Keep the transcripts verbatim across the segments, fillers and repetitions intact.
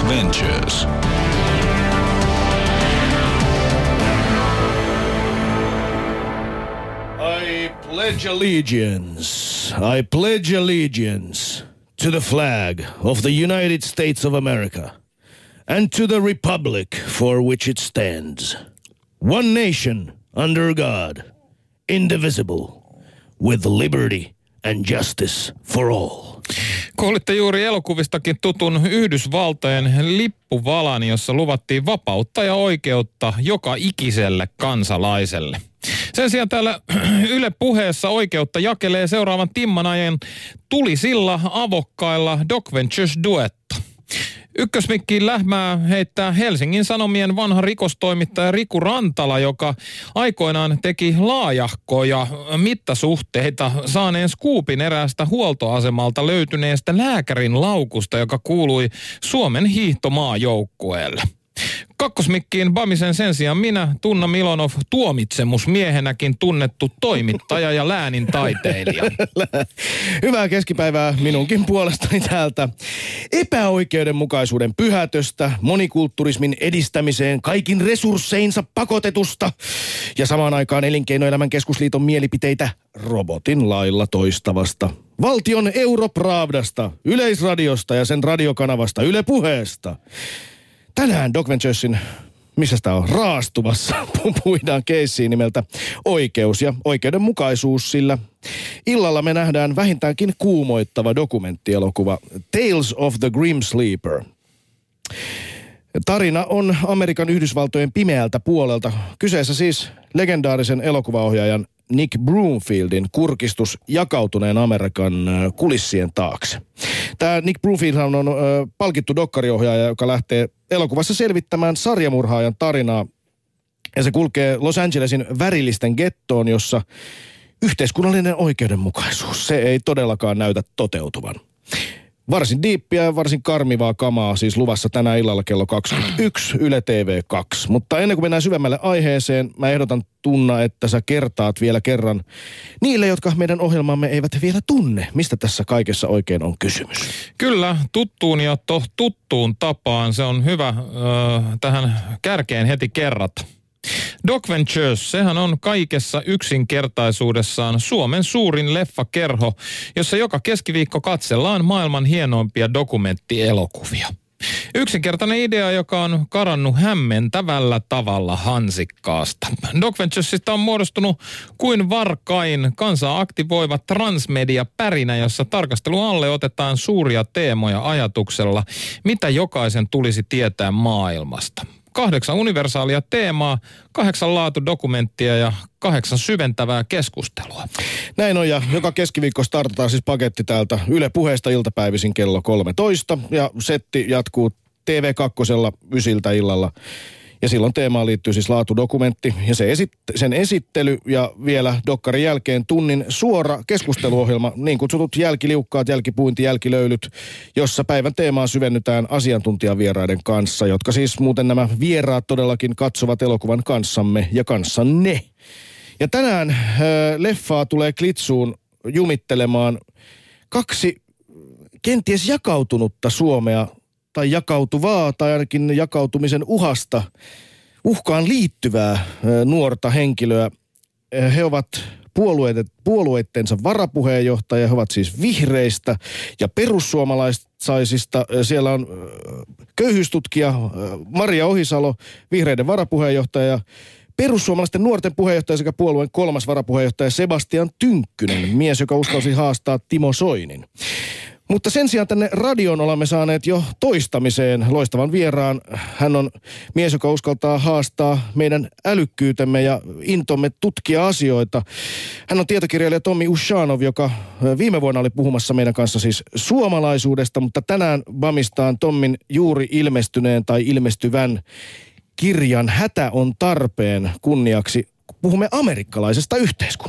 Ventures. I pledge allegiance. I pledge allegiance to the flag of the United States of America and to the republic for which it stands. One nation under God, indivisible, with liberty and justice for all. Kuulitte juuri elokuvistakin tutun Yhdysvaltojen lippuvalan, jossa luvattiin vapautta ja oikeutta joka ikiselle kansalaiselle. Sen sijaan täällä Yle Puheessa oikeutta jakelee seuraavan timmanajan tulisilla avokkailla Doc Ventures duetta. Ykkösmikkiin lähmää heittää Helsingin Sanomien vanha rikostoimittaja Riku Rantala, joka aikoinaan teki laajahkoja mittasuhteita saaneen skuupin eräästä huoltoasemalta löytyneestä lääkärin laukusta, joka kuului Suomen hiihtomaajoukkueelle. Kakkosmikkiin Bamisen sen sijaan minä, Tunna Milonov, tuomitsemusmiehenäkin tunnettu toimittaja ja läänin taiteilija. Hyvää keskipäivää minunkin puolestani täältä. Epäoikeudenmukaisuuden pyhätöstä, monikultturismin edistämiseen kaikin resursseinsa pakotetusta ja samaan aikaan Elinkeinoelämän keskusliiton mielipiteitä robotin lailla toistavasta. Valtion Europravdasta, Yleisradiosta ja sen radiokanavasta Yle Puheesta. Tänään Doc Venturesin, missä sitä on, raastuvassa puhuidaan keissiin nimeltä Oikeus ja oikeudenmukaisuus, sillä illalla me nähdään vähintäänkin kuumoittava dokumenttielokuva Tales of the Grim Sleeper. Tarina on Amerikan Yhdysvaltojen pimeältä puolelta. Kyseessä siis legendaarisen elokuvaohjaajan Nick Broomfieldin kurkistus jakautuneen Amerikan kulissien taakse. Tämä Nick Broomfield on ö, palkittu dokkariohjaaja, joka lähtee elokuvassa selvittämään sarjamurhaajan tarinaa. Ja se kulkee Los Angelesin värillisten gettoon, jossa yhteiskunnallinen oikeudenmukaisuus, se ei todellakaan näytä toteutuvan. Varsin diippiä ja varsin karmivaa kamaa siis luvassa tänä illalla kello kaksikymmentäyksi Yle T V kaksi. Mutta ennen kuin mennään syvemmälle aiheeseen, mä ehdotan Tunna, että sä kertaat vielä kerran niille, jotka meidän ohjelmamme eivät vielä tunne, mistä tässä kaikessa oikein on kysymys. Kyllä, tuttuun ja to, tuttuun tapaan se on hyvä äh, tähän kärkeen heti kerrata. Doc Ventures, sehän on kaikessa yksinkertaisuudessaan Suomen suurin leffakerho, jossa joka keskiviikko katsellaan maailman hienoimpia dokumenttielokuvia. Yksinkertainen idea, joka on karannut hämmentävällä tavalla hansikkaasta. Doc Venturesista on muodostunut kuin varkain kansaa aktivoiva transmedia-pärinä, jossa tarkastelun alle otetaan suuria teemoja ajatuksella, mitä jokaisen tulisi tietää maailmasta. Kahdeksan universaalia teemaa, kahdeksan laatudokumenttia ja kahdeksan syventävää keskustelua. Näin on, ja joka keskiviikko startataan siis paketti täältä Yle Puheesta iltapäivisin kello kolmetoista. Ja setti jatkuu T V kaksi ysiltä illalla. Ja silloin teemaan liittyy siis laatudokumentti ja se esit- sen esittely ja vielä dokkarin jälkeen tunnin suora keskusteluohjelma, niin kutsutut jälkiliukkaat, jälkipuinti, jälkilöylyt, jossa päivän teemaan syvennytään asiantuntijavieraiden kanssa, jotka siis muuten nämä vieraat todellakin katsovat elokuvan kanssamme ja kanssanne. Ja tänään äh, leffaa tulee klitsuun jumittelemaan kaksi kenties jakautunutta Suomea, tai jakautuvaa, tai ainakin jakautumisen uhasta, uhkaan liittyvää nuorta henkilöä. He ovat puolueittensa varapuheenjohtaja, he ovat siis vihreistä ja perussuomalaisista. Siellä on köyhyystutkija Maria Ohisalo, vihreiden varapuheenjohtaja, perussuomalaisten nuorten puheenjohtaja sekä puolueen kolmas varapuheenjohtaja Sebastian Tynkkynen, mies, joka uskalsi haastaa Timo Soinin. Mutta sen sijaan tänne radioon olemme saaneet jo toistamiseen loistavan vieraan. Hän on mies, joka uskaltaa haastaa meidän älykkyytemme ja intomme tutkia asioita. Hän on tietokirjailija Tommi Ushanov, joka viime vuonna oli puhumassa meidän kanssa siis suomalaisuudesta, mutta tänään Bamistaan Tommin juuri ilmestyneen tai ilmestyvän kirjan Hätä on tarpeen kunniaksi puhumme amerikkalaisesta yhteiskunnasta.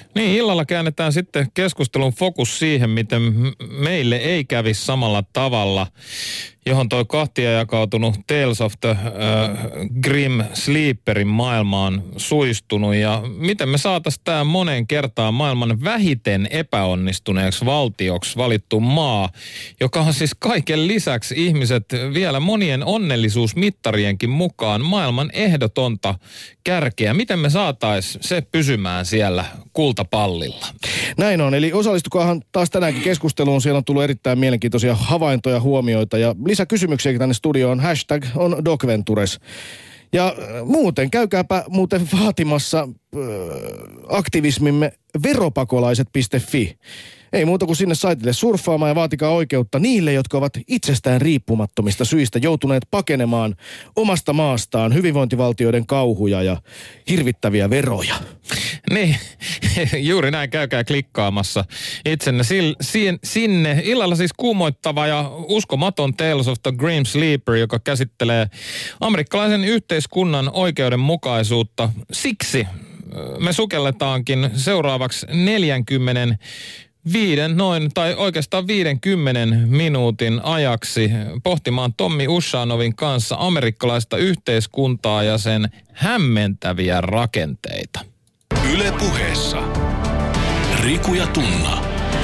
Niin, illalla käännetään sitten keskustelun fokus siihen, miten meille ei kävisi samalla tavalla, johon toi kahtia jakautunut Tales of the äh, Grim Sleeperin maailmaan suistunut ja miten me saataisiin tämä moneen kertaan maailman vähiten epäonnistuneeksi valtioksi valittu maa, joka on siis kaiken lisäksi ihmiset vielä monien onnellisuusmittarienkin mukaan maailman ehdotonta kärkeä. Miten me saataisiin se pysymään siellä kultapallilla? Näin on, eli osallistukaahan taas tänäänkin keskusteluun. Siellä on tullut erittäin mielenkiintoisia havaintoja, huomioita ja lisäkysymyksiäkin tänne studioon. Hashtag on Docventures. Ja muuten, käykääpä muuten vaatimassa äh, aktivismimme veropakolaiset piste fi. Ei muuta kuin sinne saitille surffaamaan ja vaatikaa oikeutta niille, jotka ovat itsestään riippumattomista syistä joutuneet pakenemaan omasta maastaan hyvinvointivaltioiden kauhuja ja hirvittäviä veroja. Niin, juuri näin, käykää klikkaamassa itsenne sil, sin, sinne. Illalla siis kuumoittava ja uskomaton Tales of the Grim Sleeper, joka käsittelee amerikkalaisen yhteiskunnan oikeudenmukaisuutta. Siksi me sukelletaankin seuraavaksi neljäkymmentä Viiden noin, tai oikeastaan viidenkymmenen minuutin ajaksi pohtimaan Tommi Ushanovin kanssa amerikkalaista yhteiskuntaa ja sen hämmentäviä rakenteita. Yle Puheessa Riku ja Tunna.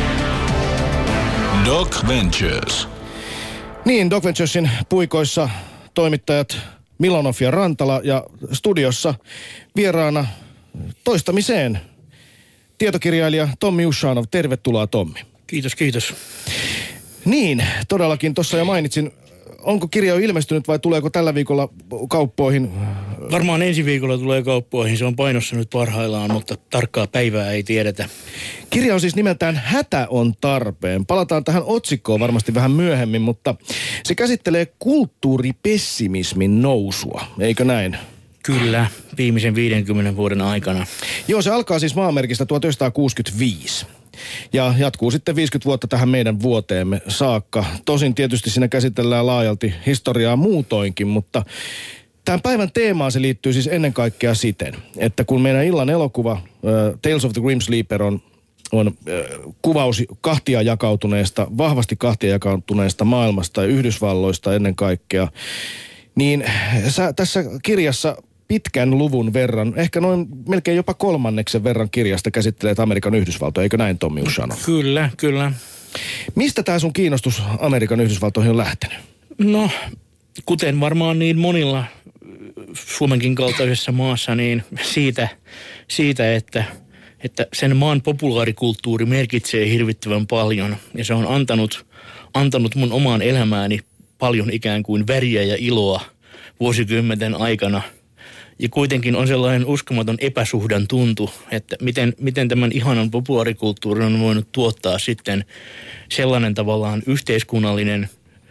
Doc Ventures. Niin, Doc Venturesin puikoissa toimittajat Milonov ja Rantala ja studiossa vieraana toistamiseen tietokirjailija Tommi Ushanov. Tervetuloa, Tommi. Kiitos, kiitos. Niin, todellakin tuossa jo mainitsin, onko kirja jo ilmestynyt vai tuleeko tällä viikolla kauppoihin? Varmaan ensi viikolla tulee kauppoihin, se on painossa nyt parhaillaan, mutta tarkkaa päivää ei tiedetä. Kirja on siis nimeltään Hätä on tarpeen. Palataan tähän otsikkoon varmasti vähän myöhemmin, mutta se käsittelee kulttuuripessimismin nousua, eikö näin? Kyllä, viimeisen viidenkymmenen vuoden aikana. Joo, se alkaa siis maamerkistä tuhatyhdeksänsataakuusikymmentäviisi ja jatkuu sitten viisikymmentä vuotta tähän meidän vuoteemme saakka. Tosin tietysti siinä käsitellään laajalti historiaa muutoinkin, mutta tämän päivän teemaan se liittyy siis ennen kaikkea siten, että kun meidän illan elokuva uh, Tales of the Grim Sleeper on, on uh, kuvaus kahtia jakautuneesta, vahvasti kahtia jakautuneesta maailmasta ja Yhdysvalloista ennen kaikkea, niin sä tässä kirjassa pitkän luvun verran, ehkä noin melkein jopa kolmanneksen verran kirjasta käsittelee Amerikan Yhdysvaltoja, eikö näin, Tommi Ushanov? Kyllä, kyllä. Mistä tämä sun kiinnostus Amerikan Yhdysvaltoihin on lähtenyt? No, kuten varmaan niin monilla Suomenkin kaltaisessa maassa, niin siitä, siitä että, että sen maan populaarikulttuuri merkitsee hirvittävän paljon. Ja se on antanut, antanut mun omaan elämääni paljon ikään kuin väriä ja iloa vuosikymmenten aikana. Ja kuitenkin on sellainen uskomaton epäsuhdan tuntu, että miten, miten tämän ihanan populaarikulttuurin on voinut tuottaa sitten sellainen tavallaan yhteiskunnallinen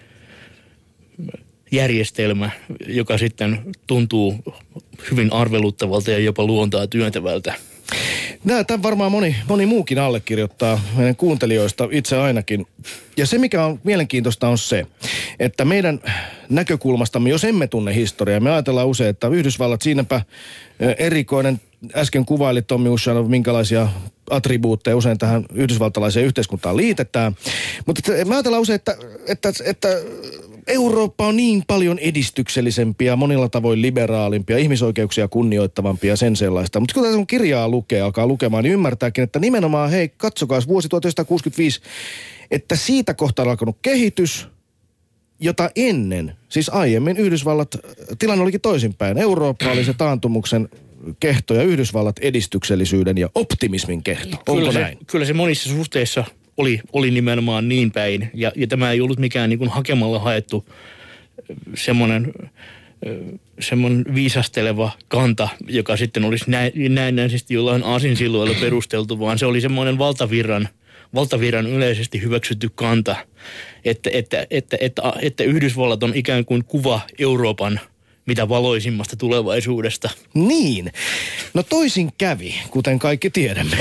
järjestelmä, joka sitten tuntuu hyvin arveluttavalta ja jopa luontaa työntävältä. Tämän varmaan moni, moni muukin allekirjoittaa meidän kuuntelijoista, itse ainakin. Ja se, mikä on mielenkiintoista, on se, että meidän näkökulmastamme, jos emme tunne historiaa, me ajatellaan usein, että Yhdysvallat, siinäpä erikoinen, äsken kuvailit Tommi Ushanov, minkälaisia attribuutteja usein tähän yhdysvaltalaiseen yhteiskuntaan liitetään. Mutta me ajatellaan usein, että, että, että Eurooppa on niin paljon edistyksellisempiä, monilla tavoin liberaalimpia, ihmisoikeuksia kunnioittavampia ja sen sellaista. Mutta kun tätä kirjaa lukee, alkaa lukemaan, niin ymmärtääkin, että nimenomaan, hei, katsokaa, vuosi tuhatyhdeksänsataakuusikymmentäviisi, että siitä kohtaa on alkanut kehitys, jota ennen, siis aiemmin Yhdysvallat, tilanne olikin toisinpäin. Eurooppa oli se taantumuksen kehto ja Yhdysvallat edistyksellisyyden ja optimismin kehto. Onko kyllä se, näin? Kyllä se monissa suhteissa oli, oli nimenomaan niin päin. Ja, ja tämä ei ollut mikään niin kuin hakemalla haettu semmoinen, semmoinen viisasteleva kanta, joka sitten olisi näennäisesti jollain aasinsilloilla perusteltu, vaan se oli semmoinen valtavirran, valtavirran yleisesti hyväksytty kanta, että, että, että, että, että Yhdysvallat on ikään kuin kuva Euroopan mitä valoisimmasta tulevaisuudesta. Niin. No toisin kävi, kuten kaikki tiedämme.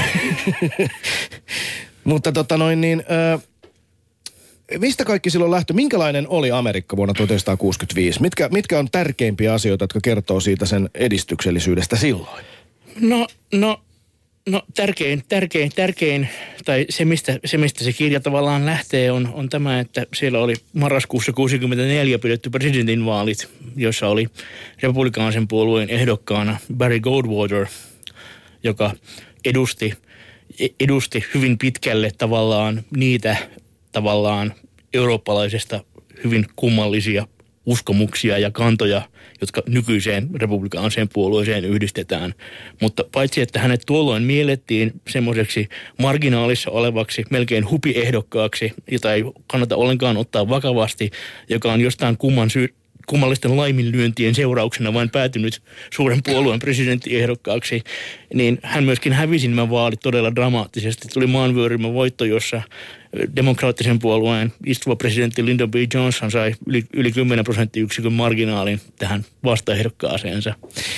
Mutta tota noin niin, äh, mistä kaikki silloin lähtö? Minkälainen oli Amerikka vuonna tuhatyhdeksänsataakuusikymmentäviisi? Mitkä, mitkä on tärkeimpiä asioita, jotka kertoo siitä sen edistyksellisyydestä silloin? No, no No tärkein, tärkein, tärkein, tai se mistä, se mistä se kirja tavallaan lähtee on, on tämä, että siellä oli marraskuussa kuusikymmentäneljä pidetty presidentinvaalit, jossa oli republikaanisen puolueen ehdokkaana Barry Goldwater, joka edusti, edusti hyvin pitkälle tavallaan niitä tavallaan eurooppalaisesta hyvin kummallisia uskomuksia ja kantoja, jotka nykyiseen republikaaniseen puolueeseen yhdistetään. Mutta paitsi, että hänet tuolloin miellettiin semmoiseksi marginaalissa olevaksi, melkein hupiehdokkaaksi, jota ei kannata ollenkaan ottaa vakavasti, joka on jostain kumman syy, kummallisten laiminlyöntien seurauksena vain päätynyt suuren puolueen presidenttiehdokkaaksi, niin hän myöskin hävisi nämä vaalit todella dramaattisesti. Tuli maanvyörymme voitto, jossa demokraattisen puolueen istuva presidentti Lyndon B. Johnson sai yli, yli kymmenen prosenttiyksikön marginaalin tähän vastaehdokkaaseensa.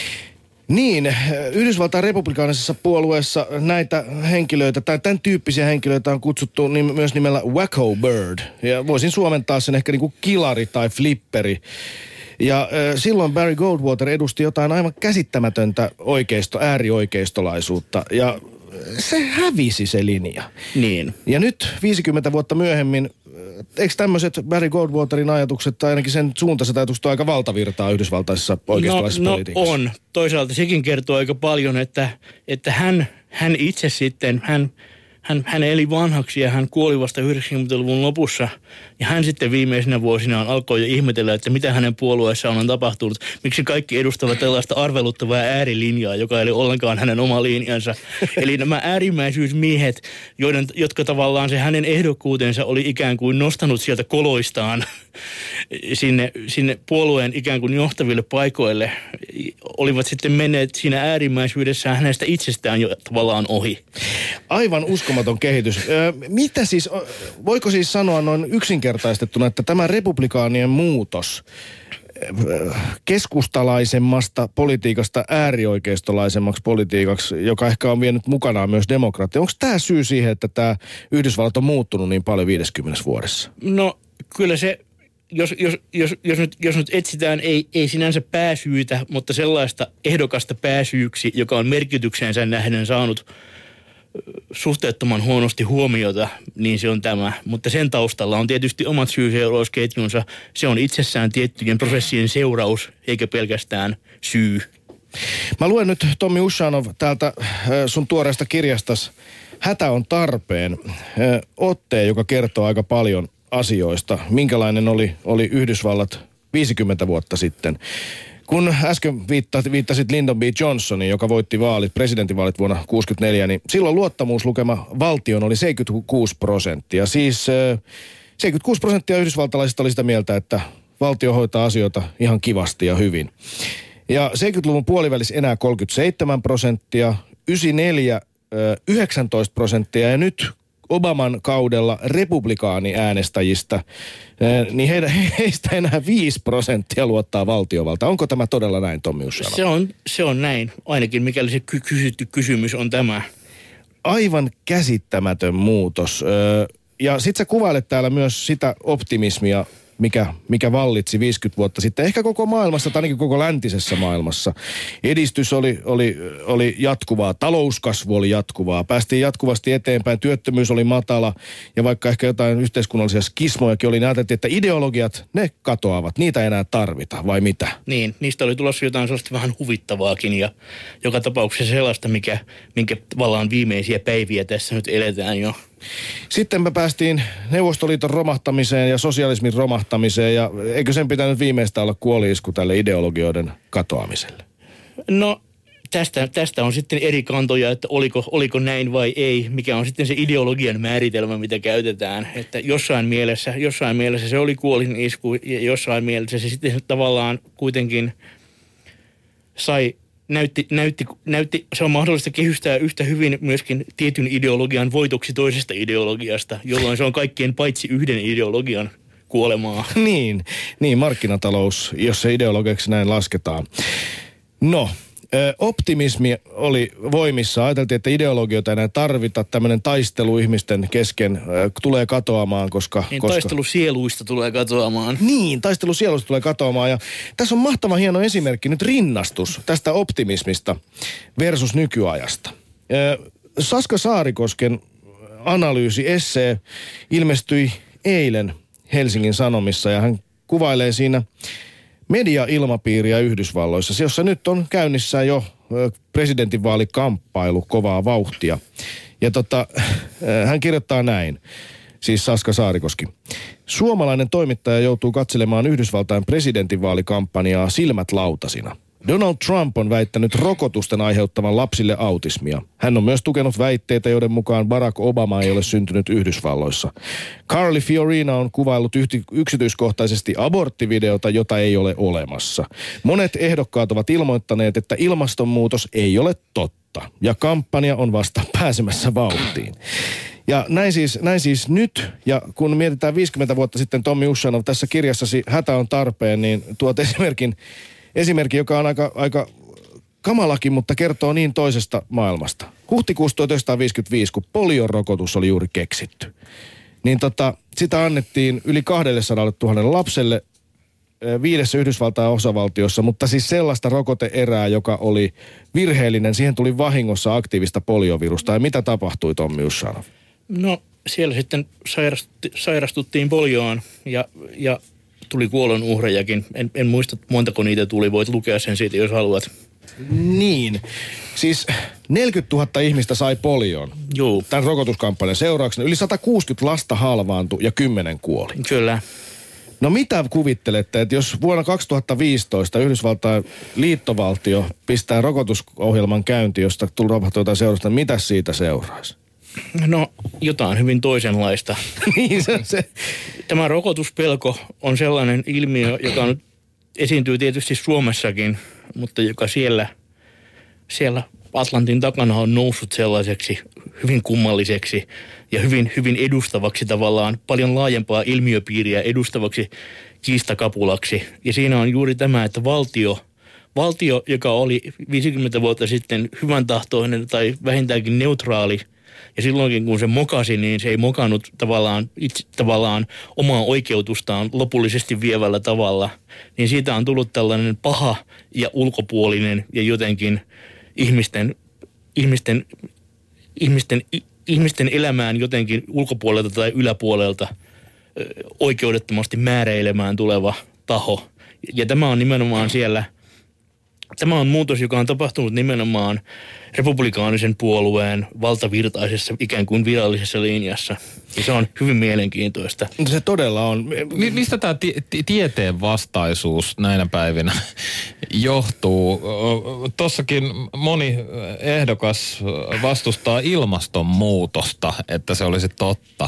Niin, Yhdysvaltain republikaanisessa puolueessa näitä henkilöitä, tai tämän tyyppisiä henkilöitä on kutsuttu niin myös nimellä Wacko Bird. Ja voisin suomentaa sen ehkä niin kuin kilari tai flipperi. Ja äh, silloin Barry Goldwater edusti jotain aivan käsittämätöntä oikeisto, äärioikeistolaisuutta. Ja se hävisi se linja. Niin. Ja nyt viisikymmentä vuotta myöhemmin, eikö tämmöiset Barry Goldwaterin ajatukset tai ainakin sen suuntaiset ajatukset on aika valtavirtaa yhdysvaltaisessa oikeistolaisessa no, politiikassa? No on. Toisaalta sekin kertoo aika paljon, että, että hän, hän itse sitten, hän, hän, hän eli vanhaksi ja hän kuoli vasta yhdeksänkymmentäluvun lopussa. Ja hän sitten viimeisinä vuosinaan alkoi jo ihmetellä, että mitä hänen puolueessaan on tapahtunut. Miksi kaikki edustavat tällaista arveluttavaa äärilinjaa, joka ei ole ollenkaan hänen oma linjansa. Eli nämä äärimmäisyysmiehet, joiden, jotka tavallaan se hänen ehdokkuutensa oli ikään kuin nostanut sieltä koloistaan sinne, sinne puolueen ikään kuin johtaville paikoille, olivat sitten menneet siinä äärimmäisyydessään hänestä itsestään jo tavallaan ohi. Aivan uskomaton kehitys. Mitä siis, voiko siis sanoa noin yksinkertaistettuna, että tämä republikaanien muutos keskustalaisemmasta politiikasta äärioikeistolaisemmaksi politiikaksi, joka ehkä on vienyt mukanaan myös demokratia. Onko tämä syy siihen, että tämä Yhdysvallat on muuttunut niin paljon viidessäkymmenessä vuodessa? No kyllä se, jos, jos, jos, jos, nyt, jos nyt etsitään, ei, ei sinänsä pääsyytä, mutta sellaista ehdokasta pääsyyksi, joka on merkityksensä nähden saanut suhteettoman huonosti huomiota, niin se on tämä. Mutta sen taustalla on tietysti omat syy-seurausketjunsa. Se on itsessään tiettyjen prosessien seuraus, eikä pelkästään syy. Mä luen nyt, Tommi Ushanov, täältä sun tuoreesta kirjastas Hätä on tarpeen. Otteen, joka kertoo aika paljon asioista. Minkälainen oli, oli Yhdysvallat viisikymmentä vuotta sitten. Kun äsken viittasit, viittasit Lyndon B. Johnsonin, joka voitti vaalit, presidentinvaalit vuonna kuusikymmentäneljä, niin silloin luottamuslukema valtion oli seitsemänkymmentäkuusi prosenttia. Siis seitsemänkymmentäkuusi prosenttia yhdysvaltalaisista oli sitä mieltä, että valtio hoitaa asioita ihan kivasti ja hyvin. Ja seitsemänkymmentäluvun puolivälissä enää kolmekymmentäseitsemän prosenttia, yhdeksänkymmentäneljä yhdeksäntoista prosenttia ja nyt Obaman kaudella republikaaniäänestäjistä, niin heidän, heistä enää viisi prosenttia luottaa valtiovaltaan. Onko tämä todella näin, Tommi Ushanov? Se on, se on näin, ainakin mikäli se ky- kysytty kysymys on tämä. Aivan käsittämätön muutos. Ja sit sä kuvailet täällä myös sitä optimismia, mikä, mikä vallitsi viisikymmentä vuotta sitten, ehkä koko maailmassa tai ainakin koko läntisessä maailmassa. Edistys oli, oli, oli jatkuvaa, talouskasvu oli jatkuvaa, päästiin jatkuvasti eteenpäin, työttömyys oli matala ja vaikka ehkä jotain yhteiskunnallisia skismojakin oli, niin ajateltiin, että ideologiat, ne katoavat, niitä ei enää tarvita, vai mitä? Niin, niistä oli tulossa jotain sellaista vähän huvittavaakin ja joka tapauksessa sellaista, mikä, minkä tavallaan viimeisiä päiviä tässä nyt eletään jo. Sitten me päästiin Neuvostoliiton romahtamiseen ja sosialismin romahtamiseen ja eikö sen pitänyt viimeistä olla kuoli-isku tälle ideologioiden katoamiselle? No tästä, tästä on sitten eri kantoja, että oliko, oliko näin vai ei, mikä on sitten se ideologian määritelmä, mitä käytetään. Että jossain mielessä, jossain mielessä se oli kuolin-isku ja jossain mielessä se sitten tavallaan kuitenkin sai... Näytti, näytti, näytti, se on mahdollista kehystää yhtä hyvin myöskin tietyn ideologian voitoksi toisesta ideologiasta, jolloin se on kaikkien paitsi yhden ideologian kuolemaa. Niin, niin markkinatalous, jos se ideologiaksi näin lasketaan. No, optimismi oli voimissa. Ajateltiin, että ideologioita ei enää tarvita. Tämmöinen taistelu ihmisten kesken tulee katoamaan, koska... Niin, koska... taistelu sieluista tulee katoamaan. Niin, taistelu sieluista tulee katoamaan. Ja tässä on mahtava hieno esimerkki, nyt rinnastus tästä optimismista versus nykyajasta. Saska Saarikosken analyysi, essee ilmestyi eilen Helsingin Sanomissa ja hän kuvailee siinä media-ilmapiiriä Yhdysvalloissa, jossa nyt on käynnissä jo presidentinvaalikamppailu kovaa vauhtia. Ja tota, hän kirjoittaa näin, siis Saska Saarikoski. Suomalainen toimittaja joutuu katselemaan Yhdysvaltain presidentinvaalikampanjaa silmät lautasina. Donald Trump on väittänyt rokotusten aiheuttavan lapsille autismia. Hän on myös tukenut väitteitä, joiden mukaan Barack Obama ei ole syntynyt Yhdysvalloissa. Carly Fiorina on kuvaillut yhti- yksityiskohtaisesti aborttivideota, jota ei ole olemassa. Monet ehdokkaat ovat ilmoittaneet, että ilmastonmuutos ei ole totta ja kampanja on vasta pääsemässä vauhtiin. Ja näin siis, näin siis nyt, ja kun mietitään viisikymmentä vuotta sitten Tommi Ushanov tässä kirjassasi Hätä on tarpeen, niin tuot esimerkin Esimerkki, joka on aika, aika kamalakin, mutta kertoo niin toisesta maailmasta. Huhtikuussa tuhatyhdeksänsataaviisikymmentäviisi, kun poliorokotus oli juuri keksitty, niin tota, sitä annettiin yli kaksisataatuhatta lapselle viidessä Yhdysvaltain osavaltiossa, mutta siis sellaista rokote-erää, joka oli virheellinen. Siihen tuli vahingossa aktiivista poliovirusta. Ja mitä tapahtui, Tommi Ushanov? No siellä sitten sairastuttiin polioon ja... ja tuli kuolonuhrejakin. En, en muista montako niitä tuli. Voit lukea sen siitä, jos haluat. Niin. Siis neljäkymmentätuhatta ihmistä sai polion. Juu. Tämän rokotuskampanjan seurauksena. Yli sata kuusikymmentä lasta halvaantui ja kymmenen kuoli. Kyllä. No mitä kuvittelette, että jos vuonna kaksituhattaviisitoista Yhdysvaltain liittovaltio pistää rokotusohjelman käyntiin, josta tuli tapahtua jotain seurausta, niin mitä siitä seuraisi? No jotain hyvin toisenlaista. Niin se, se. Tämä rokotuspelko on sellainen ilmiö, joka nyt esiintyy tietysti Suomessakin, mutta joka siellä, siellä Atlantin takana on noussut sellaiseksi hyvin kummalliseksi ja hyvin, hyvin edustavaksi tavallaan, paljon laajempaa ilmiöpiiriä edustavaksi kiistakapulaksi. Ja siinä on juuri tämä, että valtio, valtio, joka oli viisikymmentä vuotta sitten hyvän tahtoinen tai vähintäänkin neutraali, ja silloinkin kun se mokasi, niin se ei mokannut tavallaan, itse, tavallaan omaa oikeutustaan lopullisesti vievällä tavalla. Niin siitä on tullut tällainen paha ja ulkopuolinen ja jotenkin ihmisten, ihmisten, ihmisten, ihmisten elämään jotenkin ulkopuolelta tai yläpuolelta ö, oikeudettomasti määräilemään tuleva taho. Ja tämä on nimenomaan siellä... Tämä on muutos, joka on tapahtunut nimenomaan republikaanisen puolueen valtavirtaisessa ikään kuin virallisessa linjassa. Ja se on hyvin mielenkiintoista. Se todella on. Mi- mistä tämä ti- tieteen vastaisuus näinä päivinä johtuu? Tossakin moni ehdokas vastustaa ilmastonmuutosta, että se olisi totta.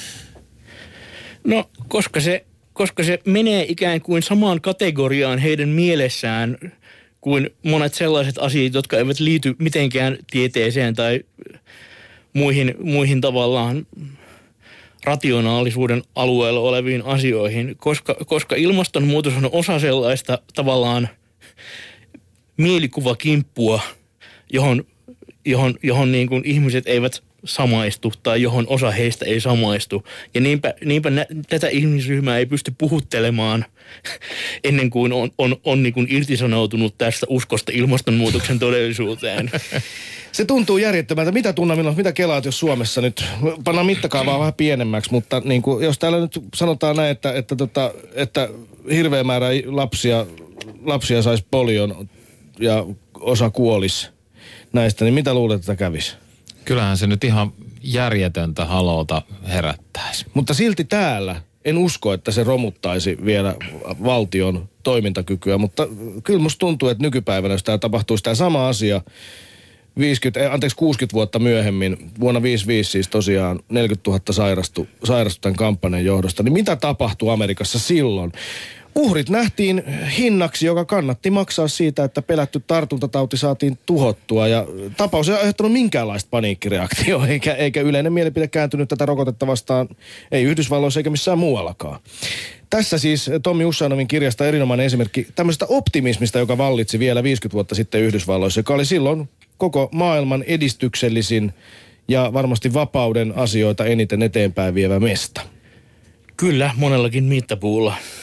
No, koska se, koska se menee ikään kuin samaan kategoriaan heidän mielessään kuin monet sellaiset asiat, jotka eivät liity mitenkään tieteeseen tai muihin, muihin tavallaan rationaalisuuden alueella oleviin asioihin, koska, koska ilmastonmuutos on osa sellaista tavallaan mielikuvakimppua, johon, johon, johon niin kuin ihmiset eivät samaistu tai johon osa heistä ei samaistu. Ja niinpä, niinpä nä, tätä ihmisryhmää ei pysty puhuttelemaan ennen kuin on, on, on niin kuin irtisanoutunut tästä uskosta ilmastonmuutoksen todellisuuteen. Se tuntuu järjettömältä. Mitä Tunna, mitä kelaat, jos Suomessa nyt, pannaan mittakaavaa vähän pienemmäksi, mutta niin kuin, jos täällä nyt sanotaan näin, että, että, että, että hirveä määrä lapsia, lapsia saisi polion ja osa kuolisi näistä, niin mitä luulet, että kävisi? Kyllähän se nyt ihan järjetöntä haloota herättäisi. Mutta silti täällä en usko, että se romuttaisi vielä valtion toimintakykyä, mutta kyllä musta tuntuu, että nykypäivänä, jos täällä tapahtuisi tämä sama asia viisikymmentä, anteeksi kuusikymmentä vuotta myöhemmin, vuonna viisikymmentäviisi siis tosiaan neljäkymmentätuhatta sairastu, sairastu tämän kampanjan johdosta, niin mitä tapahtuu Amerikassa silloin? Uhrit nähtiin hinnaksi, joka kannatti maksaa siitä, että pelätty tartuntatauti saatiin tuhottua. Ja tapaus ei aiheuttanut minkäänlaista paniikkireaktioa, eikä, eikä yleinen mielipide kääntynyt tätä rokotetta vastaan, ei Yhdysvalloissa eikä missään muuallakaan. Tässä siis Tommi Ushanovin kirjasta erinomainen esimerkki tämmöisestä optimismista, joka vallitsi vielä viisikymmentä vuotta sitten Yhdysvalloissa, joka oli silloin koko maailman edistyksellisin ja varmasti vapauden asioita eniten eteenpäin vievä mesta. Kyllä, monellakin mittapuulla.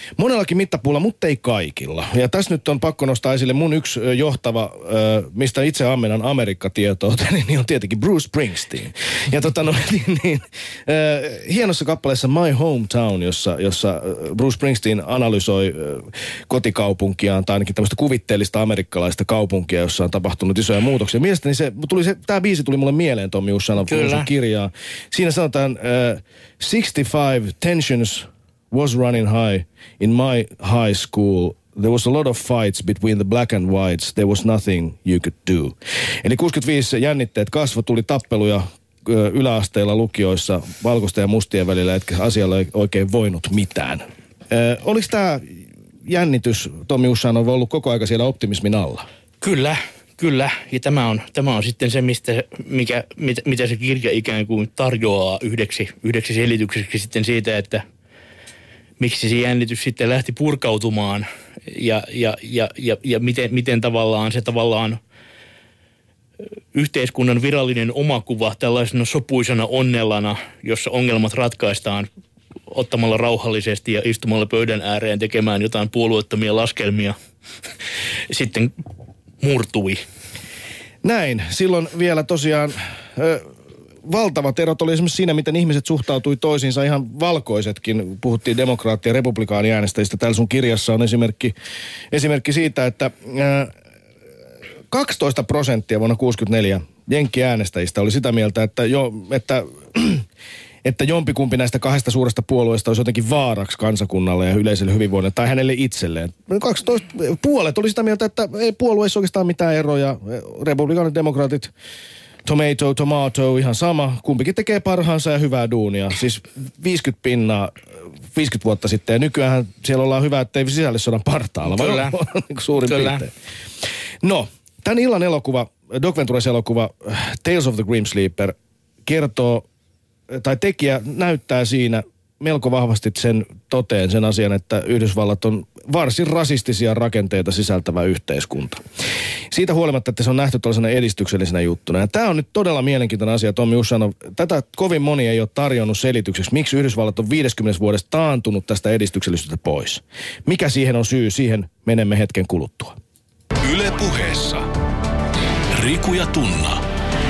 Monellakin mittapuulla, mutta ei kaikilla. Ja tässä nyt on pakko nostaa esille mun yksi johtava, mistä itse ammennan Amerikka-tietoa, niin on tietenkin Bruce Springsteen. Ja tota no, niin, niin, hienossa kappaleessa My Hometown, jossa, jossa Bruce Springsteen analysoi kotikaupunkiaan, tai ainakin tämmöistä kuvitteellista amerikkalaista kaupunkia, jossa on tapahtunut isoja muutoksia. Mielestäni se, tuli se, tämä biisi tuli mulle mieleen, Tommi Ussanov, kun kirjaa. Siinä sanotaan, uh, sixty-five tensions was running high in my high school. There was a lot of fights between the black and whites. There was nothing you could do. Eli kuusikymmentäviisi jännitteet kasvo, tuli tappeluja yläasteilla lukioissa valkoisten ja mustien välillä, etkä asialla ei oikein voinut mitään. Ö, oliko tämä jännitys, Tommi Ussanov, ollut koko aika siellä optimismin alla? Kyllä, kyllä. Ja tämä on, tämä on sitten se, mistä, mikä, mit, mitä se kirja ikään kuin tarjoaa yhdeksi, yhdeksi selitykseksi sitten siitä, että miksi se jännitys sitten lähti purkautumaan ja, ja, ja, ja, ja miten, miten tavallaan se tavallaan yhteiskunnan virallinen omakuva tällaisena sopuisena onnellana, jossa ongelmat ratkaistaan ottamalla rauhallisesti ja istumalla pöydän ääreen tekemään jotain puolueettomia laskelmia, sitten murtui. Näin. Silloin vielä tosiaan ö, valtavat erot oli esimerkiksi siinä, miten ihmiset suhtautui toisiinsa, ihan valkoisetkin. Puhuttiin demokraatti- ja republikaaniäänestäjistä. Täällä sun kirjassa on esimerkki, esimerkki siitä, että ö, kaksitoista prosenttia vuonna kuusikymmentäneljä jenkkiäänestäjistä oli sitä mieltä, että, jo, että, että jompikumpi näistä kahdesta suuresta puolueesta olisi jotenkin vaaraksi kansakunnalle ja yleiselle hyvinvoinnille tai hänelle itselleen. kaksitoista puolet oli sitä mieltä, että ei puolueissa oikeastaan mitään eroja. Republikaanit, demokraatit, tomato, tomato, ihan sama. Kumpikin tekee parhaansa ja hyvää duunia. Siis viisikymmentä pinnaa viisikymmentä vuotta sitten ja nykyään siellä ollaan hyvä, ettei sisällissodan partaalla. Kyllä. Suurin Kyllä. piirtein. No, tämän illan elokuva, Doc Ventures elokuva Tales of the Grim Sleeper kertoo, tai tekijä näyttää siinä melko vahvasti sen toteen, sen asian, että Yhdysvallat on varsin rasistisia rakenteita sisältävä yhteiskunta. Siitä huolimatta, että se on nähty tällaisena edistyksellisenä juttuna. Ja tämä on nyt todella mielenkiintoinen asia, Tommi Ussanov. Tätä kovin moni ei ole tarjonnut selitykseksi, miksi Yhdysvallat on viidessäkymmenessä vuodessa taantunut tästä edistyksellisyydestä pois. Mikä siihen on syy, siihen menemme hetken kuluttua. Yle Puheessa Riku ja Tunna.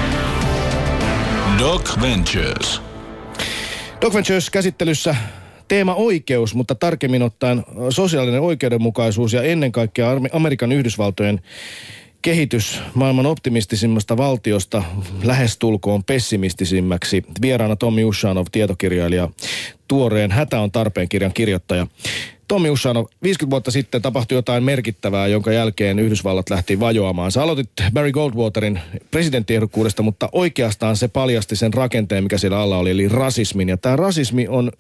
Doc Ventures. Doc Ventures käsittelyssä teema oikeus, mutta tarkemmin ottaen sosiaalinen oikeudenmukaisuus ja ennen kaikkea Amerikan Yhdysvaltojen kehitys maailman optimistisimmasta valtiosta lähestulkoon pessimistisimmäksi. Vieraana Tommi Ussanov, tietokirjailija, tuoreen Hätä on tarpeen -kirjan kirjoittaja. Tommi Ussanov, viisikymmentä vuotta sitten tapahtui jotain merkittävää, jonka jälkeen Yhdysvallat lähti vajoamaan. Sä aloitit Barry Goldwaterin presidenttiehdokkuudesta, mutta oikeastaan se paljasti sen rakenteen, mikä siellä alla oli, eli rasismin. Ja tämä rasismi on,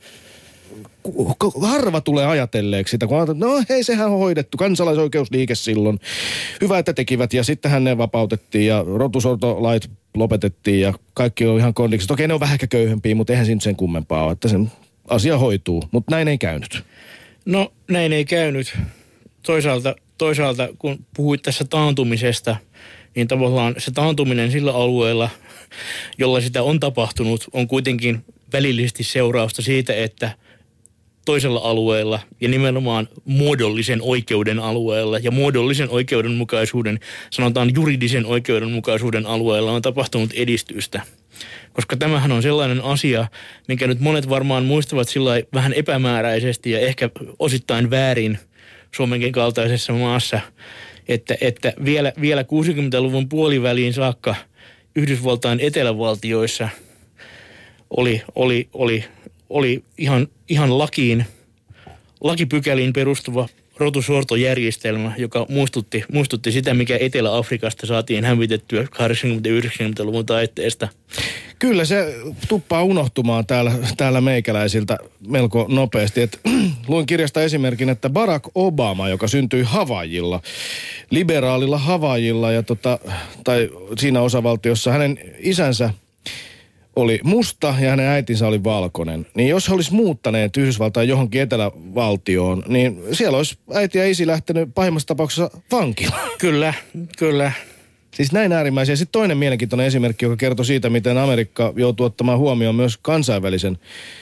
harva tulee ajatelleeksi sitä, kun ajatellaan, no hei, sehän on hoidettu, kansalaisoikeusliike silloin. Hyvä, että tekivät, ja sittenhän ne vapautettiin, ja rotusortolait lopetettiin, ja kaikki on ihan kondiksi. Okei, ne on vähän ehkä köyhempiä, mutta eihän siinä sen kummempaa ole, että sen asia hoituu. Mutta näin ei käynyt. No näin ei käynyt. Toisaalta, toisaalta kun puhuit tässä taantumisesta, niin tavallaan se taantuminen sillä alueella, jolla sitä on tapahtunut, on kuitenkin välillisesti seurausta siitä, että toisella alueella ja nimenomaan muodollisen oikeuden alueella ja muodollisen oikeudenmukaisuuden, sanotaan juridisen oikeudenmukaisuuden alueella on tapahtunut edistystä. Koska tämähän on sellainen asia, minkä nyt monet varmaan muistavat sillä vähän epämääräisesti ja ehkä osittain väärin Suomenkin kaltaisessa maassa, että, että vielä, vielä kuusikymmentäluvun puoliväliin saakka Yhdysvaltain etelävaltioissa oli, oli, oli, oli ihan, ihan lakiin, lakipykäliin perustuva rotusortojärjestelmä, joka muistutti, muistutti sitä, mikä Etelä-Afrikasta saatiin hävitettyä kahdeksankymmentä-yhdeksänkymmentäluvun taitteesta. Kyllä se tuppaa unohtumaan täällä, täällä meikäläisiltä melko nopeasti. Et, luin kirjasta esimerkin, että Barack Obama, joka syntyi Havaijilla, liberaalilla Havaijilla, ja tota, tai siinä osavaltiossa hänen isänsä oli musta ja hänen äitinsä oli valkoinen. Niin jos he olisi muuttaneet Yhdysvaltain johonkin etelävaltioon, niin siellä olisi äiti ja isi lähtenyt pahimmassa tapauksessa vankilaan. Kyllä, kyllä. Siis näin äärimmäisiä. Sitten toinen mielenkiintoinen esimerkki, joka kertoo siitä, miten Amerikka joutuu ottamaan huomioon myös kansainvälisen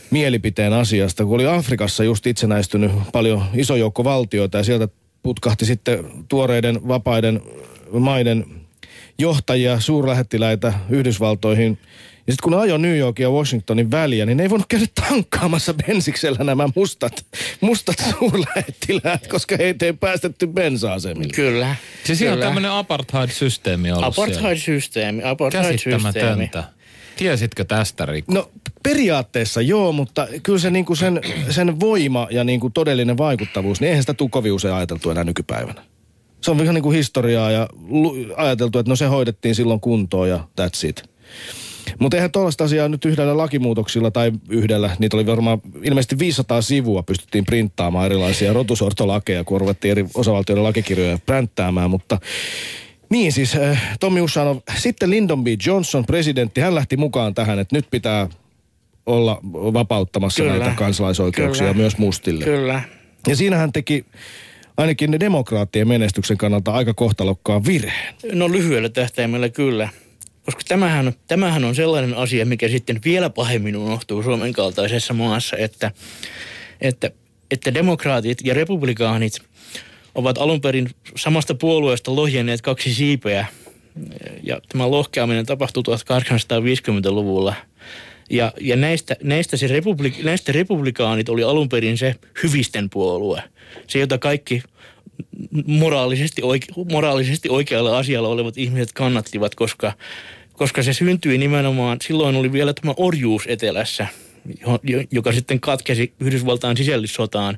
mielipiteen asiasta, kun oli Afrikassa just itsenäistynyt paljon iso joukko valtioita ja sieltä putkahti sitten tuoreiden vapaiden maiden johtajia, suurlähettiläitä Yhdysvaltoihin. Ja sitten kun ne ajoi New Yorkin ja Washingtonin väliä, niin ne ei voinut käydä tankkaamassa bensiksellä nämä mustat, mustat suurlähettiläät, koska heitä ei päästetty bensa-asemille. Kyllä. Siis ihan tämmöinen apartheid-systeemi on ollut Apartheid-systeemi, apartheid-systeemi. Käsittämätöntä. Tiesitkö tästä, Riku? No periaatteessa joo, mutta kyllä se niinku sen, sen voima ja niinku todellinen vaikuttavuus, niin eihän sitä tule kovin usein ajateltu enää nykypäivänä. Se on ihan niinku historiaa ja ajateltu, että no se hoidettiin silloin kuntoon ja that's it. Mutta eihän tuollaista asiaa nyt yhdellä lakimuutoksilla tai yhdellä, niitä oli varmaan ilmeisesti viisisataa sivua pystyttiin printtaamaan erilaisia rotusortolakeja, kun ruvettiin eri osavaltioiden lakikirjoja pränttäämään, mutta niin siis äh, Tommi Ushanov, sitten Lyndon B. Johnson, presidentti, hän lähti mukaan tähän, että nyt pitää olla vapauttamassa Kyllä. näitä kansalaisoikeuksia Kyllä. myös mustille. Kyllä. Ja siinä hän teki ainakin ne demokraattien menestyksen kannalta aika kohtalokkaan virheen. No lyhyellä tähtäimellä kyllä. Koska tämähän, tämähän on sellainen asia, mikä sitten vielä pahemmin unohtuu Suomen kaltaisessa maassa, että, että, että demokraatit ja republikaanit ovat alun perin samasta puolueesta lohjenneet kaksi siipeä. Ja tämä lohkeaminen tapahtui tuhatkahdeksansataaviisikymmentäluvulla. Ja, ja näistä, näistä, se republik, näistä republikaanit oli alun perin se hyvisten puolue. Se, jota kaikki moraalisesti, oike, moraalisesti oikealla asialla olevat ihmiset kannattivat, koska, koska se syntyi nimenomaan, silloin oli vielä tämä orjuus etelässä, joka sitten katkesi Yhdysvaltain sisällissotaan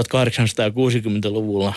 tuhatkahdeksansataakuusikymmentäluvulla.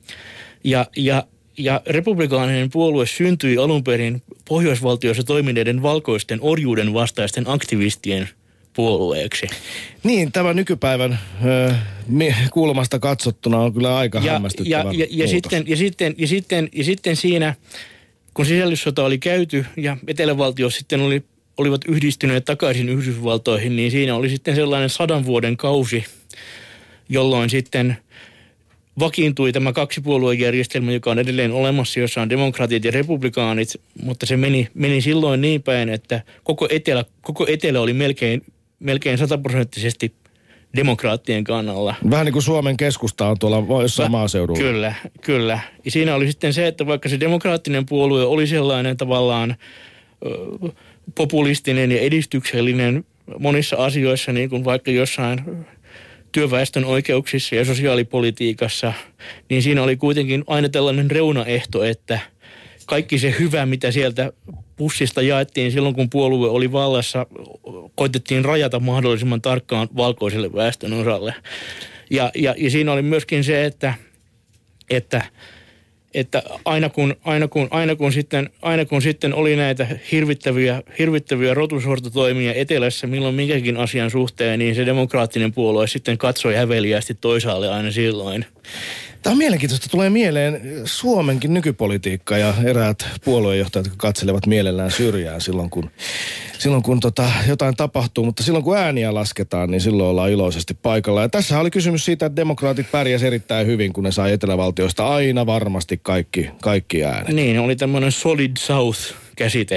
Ja, ja, ja republikaaninen puolue syntyi alun perin pohjoisvaltioissa toimineiden valkoisten orjuuden vastaisten aktivistien puolueeksi. Niin, tämä nykypäivän ö, kulmasta katsottuna on kyllä aika ja, hämmästyttävä ja, ja, ja, sitten, ja, sitten, ja, sitten, ja sitten siinä, kun sisällissota oli käyty ja etelävaltiot sitten oli, olivat yhdistyneet takaisin Yhdysvaltoihin, niin siinä oli sitten sellainen sadan vuoden kausi, jolloin sitten vakiintui tämä kaksipuoluejärjestelmä, joka on edelleen olemassa, jossa on demokraatit ja republikaanit, mutta se meni, meni silloin niin päin, että koko etelä, koko etelä oli melkein, melkein sataprosenttisesti demokraattien kannalla. Vähän niin kuin Suomen keskusta on tuolla jossain maaseudulla. Kyllä, kyllä. Ja siinä oli sitten se, että vaikka se demokraattinen puolue oli sellainen tavallaan ö, populistinen ja edistyksellinen monissa asioissa, niin kuin vaikka jossain työväestön oikeuksissa ja sosiaalipolitiikassa, niin siinä oli kuitenkin aina tällainen reunaehto, että kaikki se hyvä, mitä sieltä pussista jaettiin silloin, kun puolue oli vallassa, koitettiin rajata mahdollisimman tarkkaan valkoiselle väestön osalle. Ja, ja, ja siinä oli myöskin se, että, että, että aina, kun, aina, kun, aina, kun sitten, aina kun sitten oli näitä hirvittäviä, hirvittäviä rotusortotoimia etelässä milloin minkäkin asian suhteen, niin se demokraattinen puolue sitten katsoi häveliästi toisaalle aina silloin. Tämä on mielenkiintoista. Tulee mieleen Suomenkin nykypolitiikka ja eräät puoluejohtajat, jotka katselevat mielellään syrjään silloin, kun, silloin, kun tota, jotain tapahtuu. Mutta silloin, kun ääniä lasketaan, niin silloin ollaan iloisesti paikalla. Ja tässä oli kysymys siitä, että demokraatit pärjäsivät erittäin hyvin, kun ne sai etelävaltioista aina varmasti kaikki, kaikki äänet. Niin, oli tämmöinen Solid South-käsite,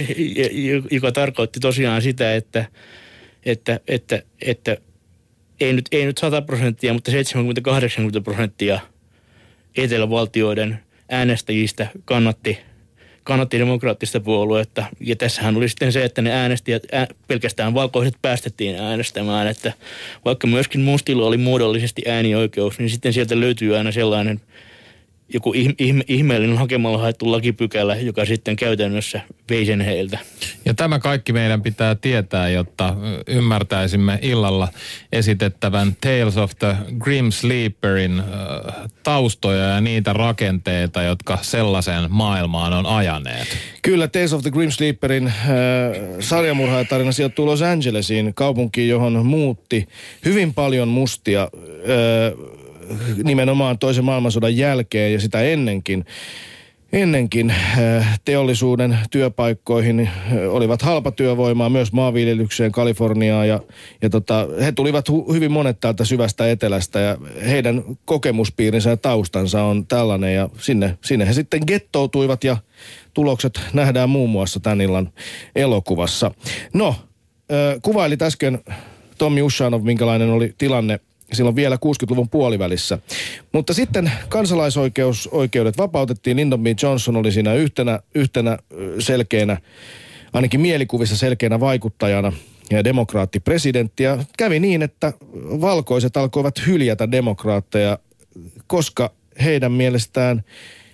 joka tarkoitti tosiaan sitä, että, että, että, että ei nyt, ei nyt sata prosenttia, mutta seitsemänkymmentä kahdeksankymmentä prosenttia etelävaltioiden äänestäjistä kannatti, kannatti demokraattista puoluetta. Ja tässähän oli sitten se, että ne äänestäjät, ää, pelkästään valkoiset päästettiin äänestämään, että vaikka myöskin mustilla oli muodollisesti äänioikeus, niin sitten sieltä löytyy aina sellainen joku ihme, ihmeellinen hakemalla haettu lakipykälä, joka sitten käytännössä vei sen heiltä. Ja tämä kaikki meidän pitää tietää, jotta ymmärtäisimme illalla esitettävän Tales of the Grim Sleeperin äh, taustoja ja niitä rakenteita, jotka sellaiseen maailmaan on ajaneet. Kyllä, Tales of the Grim Sleeperin äh, sarjamurhaajatarina sijoittuu Los Angelesiin, kaupunkiin, johon muutti hyvin paljon mustia äh, nimenomaan toisen maailmansodan jälkeen ja sitä ennenkin. Ennenkin teollisuuden työpaikkoihin olivat halpatyövoimaa myös maanviljelykseen Kaliforniaan ja, ja tota, he tulivat hu, hyvin monet täältä syvästä etelästä ja heidän kokemuspiirinsä ja taustansa on tällainen ja sinne, sinne he sitten gettoutuivat ja tulokset nähdään muun muassa tämän illan elokuvassa. No, kuvailit äsken Tommy Ushanov, minkälainen oli tilanne silloin vielä kuusikymmentäluvun puolivälissä. Mutta sitten kansalaisoikeudet vapautettiin. Lyndon B. Johnson oli siinä yhtenä, yhtenä selkeänä, ainakin mielikuvissa selkeänä vaikuttajana ja demokraattipresidentti. Ja kävi niin, että valkoiset alkoivat hyljätä demokraatteja, koska heidän mielestään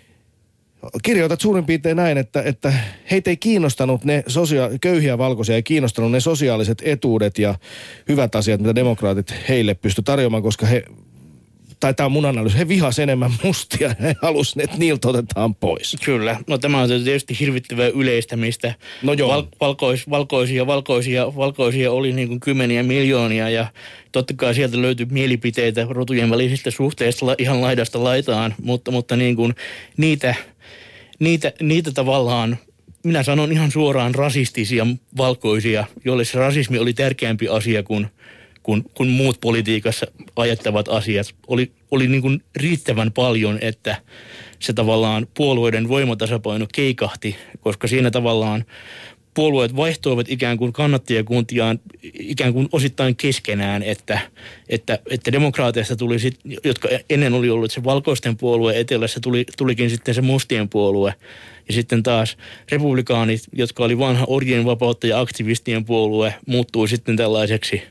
kirjoitat suurin piirtein näin, että, että heitä ei kiinnostanut ne sosia- köyhiä valkoisia, ei kiinnostanut ne sosiaaliset etuudet ja hyvät asiat, mitä demokraatit heille pysty tarjoamaan, koska he, tai tämä on mun analyysi, he vihas enemmän mustia ja he halusivat, että niiltä otetaan pois. Kyllä. No tämä on tietysti hirvittävää yleistämistä. No joo. Val- valkois, valkoisia, valkoisia, valkoisia oli niin kuin kymmeniä miljoonia ja totta kai sieltä löytyi mielipiteitä rotujen välisistä suhteista ihan laidasta laitaan, mutta, mutta niin kuin niitä... Niitä, niitä tavallaan, minä sanon ihan suoraan rasistisia valkoisia, joille se rasismi oli tärkeämpi asia kuin, kuin, kuin muut politiikassa ajattavat asiat. Oli, oli niin kuin riittävän paljon, että se tavallaan puolueiden voimatasapaino keikahti, koska siinä tavallaan puolueet vaihtoivat ikään kuin kannattajakuntiaan ikään kuin osittain keskenään, että, että, että demokraateista tuli sitten, jotka ennen oli ollut se valkoisten puolue, etelässä tuli, tulikin sitten se mustien puolue. Ja sitten taas republikaanit, jotka oli vanha orjien vapauttaja aktivistien puolue, muuttui sitten tällaiseksi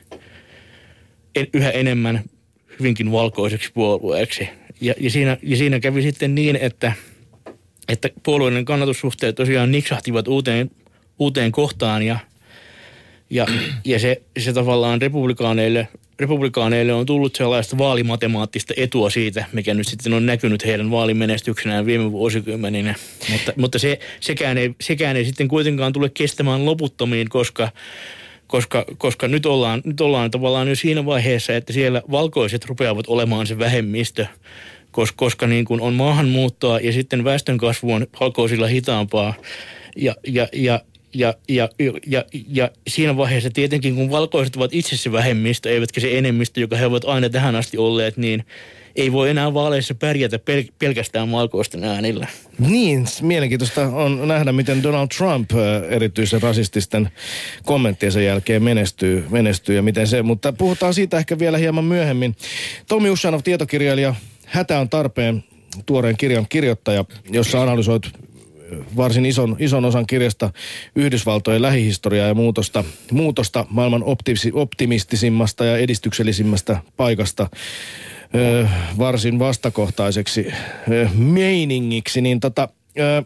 en, yhä enemmän hyvinkin valkoiseksi puolueeksi. Ja, ja, siinä, ja siinä kävi sitten niin, että, että puolueiden kannatussuhteet tosiaan niksahtivat uuteen uuteen kohtaan ja, ja, ja se, se tavallaan republikaaneille, republikaaneille on tullut sellaista vaalimatemaattista etua siitä, mikä nyt sitten on näkynyt heidän vaalimenestyksenään viime vuosikymmeninä. Mutta, mutta se, sekään, ei, sekään ei sitten kuitenkaan tule kestämään loputtomiin, koska, koska, koska nyt, ollaan, nyt ollaan tavallaan jo siinä vaiheessa, että siellä valkoiset rupeavat olemaan se vähemmistö, koska, koska niin kuin on maahanmuuttoa ja sitten väestönkasvu on valkoisilla hitaampaa ja, ja, ja Ja, ja, ja, ja siinä vaiheessa tietenkin, kun valkoiset ovat itse se vähemmistö, eivätkä se enemmistö, joka he ovat aina tähän asti olleet, niin ei voi enää vaaleissa pärjätä pel- pelkästään valkoisten äänillä. Niin, mielenkiintoista on nähdä, miten Donald Trump erityisen rasististen kommenttiensa jälkeen menestyy, menestyy ja miten se, mutta puhutaan siitä ehkä vielä hieman myöhemmin. Tommy Ushanov, tietokirjailija, Hätä on tarpeen, tuoreen kirjan kirjoittaja, jossa analysoit varsin ison, ison osan kirjasta Yhdysvaltojen lähihistoriaa ja muutosta, muutosta maailman optimistisimmasta ja edistyksellisimmästä paikasta ö, varsin vastakohtaiseksi ö, meiningiksi, niin tota, ö,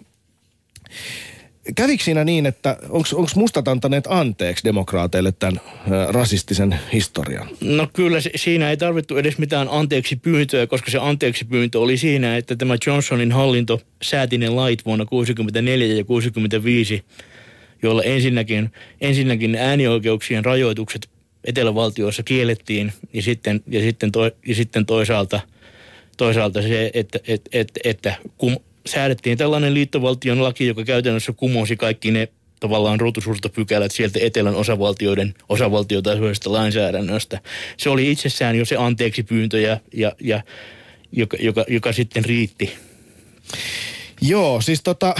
kävikö siinä niin, että onko mustat antaneet anteeksi demokraateille tämän ö, rasistisen historian? No kyllä siinä ei tarvittu edes mitään anteeksi pyyntöä, koska se anteeksi pyyntö oli siinä, että tämä Johnsonin hallinto sääti ne lait vuonna kuusikymmentäneljä ja kuusikymmentäviisi, joilla ensinnäkin, ensinnäkin äänioikeuksien rajoitukset etelävaltioissa kiellettiin ja sitten, ja sitten, to, ja sitten toisaalta, toisaalta se, että, että, että, että kum, säädettiin tällainen liittovaltion laki, joka käytännössä kumosi kaikki ne tavallaan rotusurtopykälät sieltä etelän osavaltioiden osavaltiotasoisesta lainsäädännöstä. Se oli itsessään jo se anteeksi pyyntö, ja, ja, ja, joka, joka, joka sitten riitti. Joo, siis tota,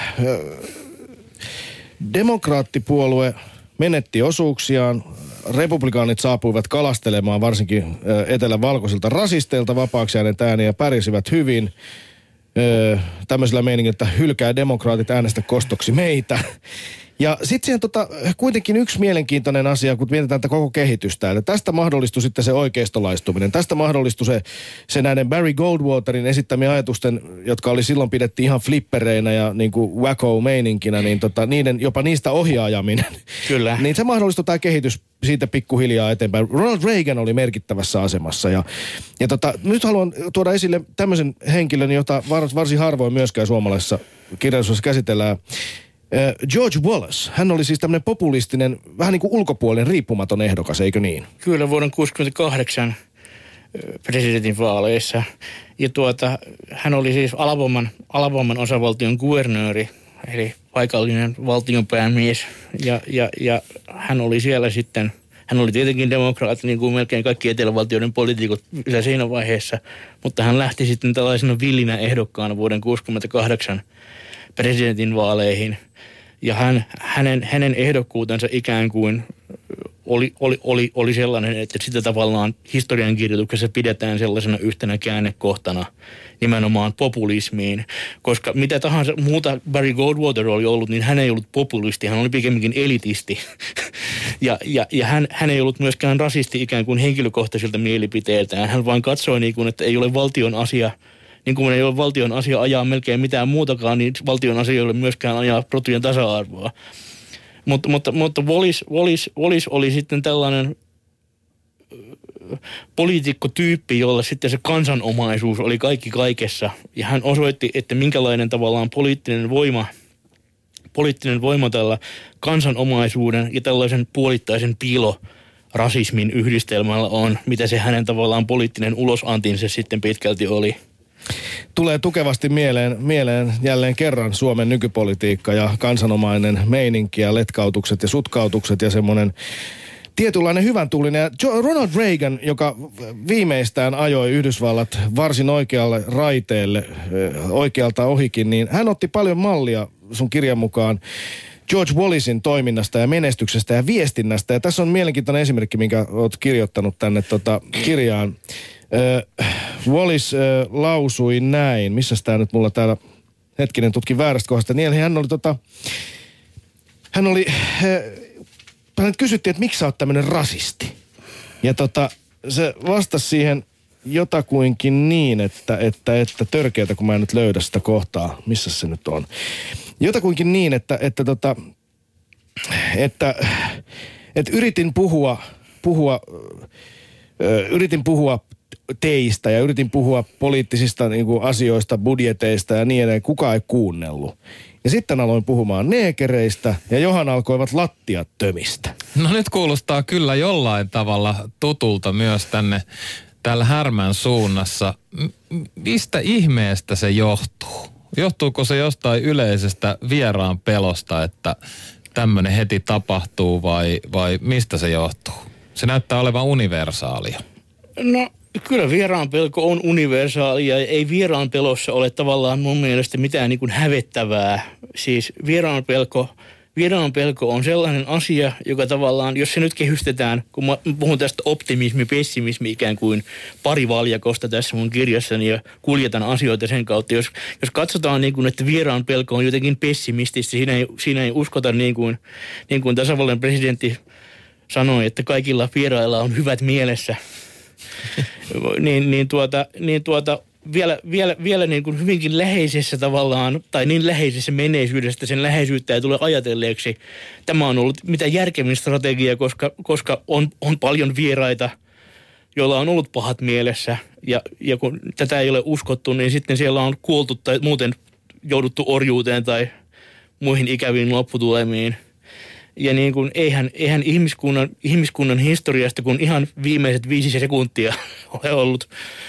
demokraattipuolue menetti osuuksiaan, republikaanit saapuivat kalastelemaan varsinkin etelän valkoisilta rasisteilta vapaaksi äänet ääniä ja pärjäsivät hyvin. Öö, tämmöisellä meiningillä, että hylkää demokraatit äänestä kostoksi meitä. Ja sitten siihen tota, kuitenkin yksi mielenkiintoinen asia, kun mietitään tätä koko kehitystä, että tästä mahdollistui sitten se oikeistolaistuminen. Tästä mahdollistui se, se näiden Barry Goldwaterin esittämiä ajatusten, jotka oli silloin pidettiin ihan flippereinä ja niin kuin wacko-meininkinä, niin tota, niiden, jopa niistä ohjaajaminen. Kyllä. Niin se mahdollistui tämä kehitys siitä pikkuhiljaa eteenpäin. Ronald Reagan oli merkittävässä asemassa ja, ja tota, nyt haluan tuoda esille tämmöisen henkilön, jota varsin harvoin myöskään suomalaisessa kirjallisuudessa käsitellään. George Wallace, hän oli siis tämmöinen populistinen, vähän niin kuin ulkopuolinen, riippumaton ehdokas, eikö niin? Kyllä, vuoden kuusikymmentäkahdeksan presidentin vaaleissa. Ja tuota, hän oli siis Alabaman, Alabaman osavaltion kuvernööri, eli paikallinen valtionpäämies. Ja, ja, ja hän oli siellä sitten, hän oli tietenkin demokraatti, niin kuin melkein kaikki etelävaltioiden poliitikot siinä vaiheessa, mutta hän lähti sitten tällaisena villinä ehdokkaana vuoden kuusikymmentäkahdeksan presidentin vaaleihin. Ja hän, hänen, hänen ehdokkuutensa ikään kuin oli, oli, oli, oli sellainen, että sitä tavallaan historiankirjoituksessa pidetään sellaisena yhtenä käännekohtana nimenomaan populismiin. Koska mitä tahansa muuta Barry Goldwater oli ollut, niin hän ei ollut populisti, hän oli pikemminkin elitisti. ja ja, ja hän, hän ei ollut myöskään rasisti ikään kuin henkilökohtaisilta mielipiteiltään. Hän vain katsoi, niin kuin, että ei ole valtion asia, niin kuin ei ole valtion asia ajaa melkein mitään muutakaan, niin valtion asia ei ole myöskään ajaa rotujen tasa-arvoa. Mutta, mutta, mutta Wallis, Wallis, Wallis oli sitten tällainen poliitikkotyyppi, jolla sitten se kansanomaisuus oli kaikki kaikessa. Ja hän osoitti, että minkälainen tavallaan poliittinen voima, poliittinen voima tällä kansanomaisuuden ja tällaisen puolittaisen piilorasismin yhdistelmällä on, mitä se hänen tavallaan poliittinen ulosantinsa sitten pitkälti oli. Tulee tukevasti mieleen, mieleen jälleen kerran Suomen nykypolitiikka ja kansanomainen meininki ja letkautukset ja sutkautukset ja semmoinen tietynlainen hyvän tuulinen. Ja Ronald Reagan, joka viimeistään ajoi Yhdysvallat varsin oikealle raiteelle, oikealta ohikin, niin hän otti paljon mallia sun kirjan mukaan George Wallisin toiminnasta ja menestyksestä ja viestinnästä. Ja tässä on mielenkiintoinen esimerkki, minkä olet kirjoittanut tänne tota kirjaan. Äh, Wallis äh, lausui näin, missäs tää nyt mulla täällä, hetkinen, tutkin väärästä kohdasta, niin hän oli tota, hän oli, äh, hän kysyttiin, että miksi sä oot tämmönen rasisti? Ja tota, se vastasi siihen jotakuinkin niin, että, että, että törkeätä, kun mä en nyt löydä sitä kohtaa, missä se nyt on. Jotakuinkin niin, että, että tota, että, että yritin puhua, puhua, ö, yritin puhua teistä ja yritin puhua poliittisista niin kuin asioista, budjeteista ja niin edelleen. Kukaan ei kuunnellut. Ja sitten aloin puhumaan neekereistä ja Johan alkoivat lattiat tömistä. No nyt kuulostaa kyllä jollain tavalla tutulta myös tänne täällä Härmän suunnassa. M- mistä ihmeestä se johtuu? Johtuuko se jostain yleisestä vieraan pelosta, että tämmöinen heti tapahtuu vai, vai mistä se johtuu? Se näyttää olevan universaalia. No kyllä vieraan pelko on universaalia ja ei vieraan pelossa ole tavallaan mun mielestä mitään niin kuin hävettävää. Siis vieraan pelko, vieraan pelko on sellainen asia, joka tavallaan, jos se nyt kehystetään, kun mä puhun tästä optimismi, pessimismi ikään kuin parivaljakosta tässä mun kirjassani ja kuljetan asioita sen kautta. Jos, jos katsotaan niin kuin, että vieraan pelko on jotenkin pessimististä, siinä ei, siinä ei uskota niin kuin, niin kuin tasavallan presidentti sanoi, että kaikilla vierailla on hyvät mielessä. niin, niin tuota, niin tuota vielä, vielä, vielä niin kuin hyvinkin läheisessä tavallaan, tai niin läheisessä menneisyydestä sen läheisyyttä ei tule ajatelleeksi. Tämä on ollut mitä järkevin strategia, koska, koska on, on paljon vieraita, joilla on ollut pahat mielessä. Ja, ja kun tätä ei ole uskottu, niin sitten siellä on kuoltu tai muuten jouduttu orjuuteen tai muihin ikäviin lopputulemiin. Ja niin kuin eihän, eihän ihmiskunnan, ihmiskunnan historiasta, kun ihan viimeiset viisi sekuntia ole ollut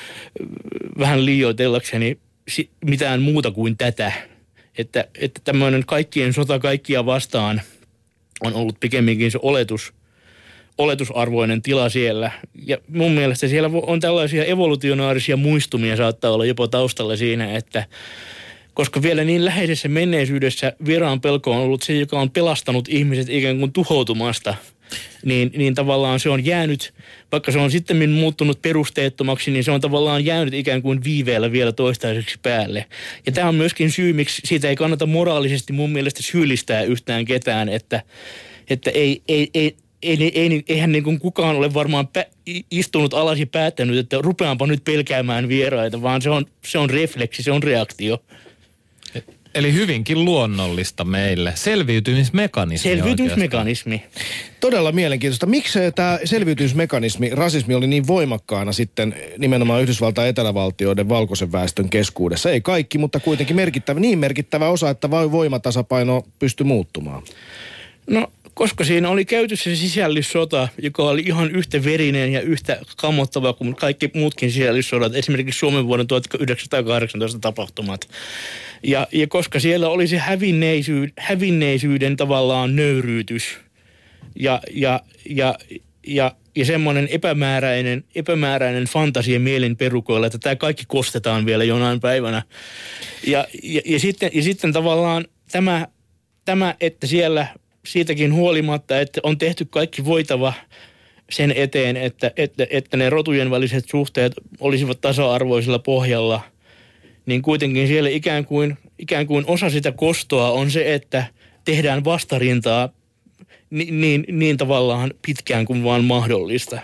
vähän liioitellakseni mitään muuta kuin tätä. Että, että tämmöinen kaikkien sota kaikkia vastaan on ollut pikemminkin se oletus, oletusarvoinen tila siellä. Ja mun mielestä siellä on tällaisia evolutionaarisia muistumia saattaa olla jopa taustalla siinä, että koska vielä niin läheisessä menneisyydessä vieraan pelko on ollut se, joka on pelastanut ihmiset ikään kuin tuhoutumasta, niin, niin tavallaan se on jäänyt, vaikka se on sitten muuttunut perusteettomaksi, niin se on tavallaan jäänyt ikään kuin viiveellä vielä toistaiseksi päälle. Ja tämä on myöskin syy, miksi siitä ei kannata moraalisesti mun mielestä syyllistää yhtään ketään, että, että ei, ei, ei, ei, ei, eihän niin kuin kukaan ole varmaan pä, istunut alas ja päättänyt, että rupeanpa nyt pelkäämään vieraita, vaan se on, se on refleksi, se on reaktio. Eli hyvinkin luonnollista meille. Selviytymismekanismi. Selviytymismekanismi. Oikeastaan. Todella mielenkiintoista. Miksi tämä selviytymismekanismi, rasismi oli niin voimakkaana sitten nimenomaan Yhdysvaltain etelävaltioiden valkoisen väestön keskuudessa? Ei kaikki, mutta kuitenkin merkittävä, niin merkittävä osa, että vain voimatasapaino pystyi muuttumaan. No, koska siinä oli käytössä se sisällissota, joka oli ihan yhtä verinen ja yhtä kammottava kuin kaikki muutkin sisällissodat, esimerkiksi Suomen vuoden tuhatyhdeksänsataakahdeksantoista tapahtumat. Ja, ja koska siellä oli se hävinneisyyden, hävinneisyyden tavallaan nöyryytys ja, ja, ja, ja, ja semmoinen epämääräinen, epämääräinen fantasia mielen perukoilla, että tämä kaikki kostetaan vielä jonain päivänä. Ja, ja, ja, sitten, ja sitten tavallaan tämä, tämä, että siellä siitäkin huolimatta, että on tehty kaikki voitava sen eteen, että, että, että ne rotujen väliset suhteet olisivat tasa-arvoisella pohjalla, niin kuitenkin siellä ikään kuin, ikään kuin osa sitä kostoa on se, että tehdään vastarintaa niin, niin, niin tavallaan pitkään kuin vaan mahdollista.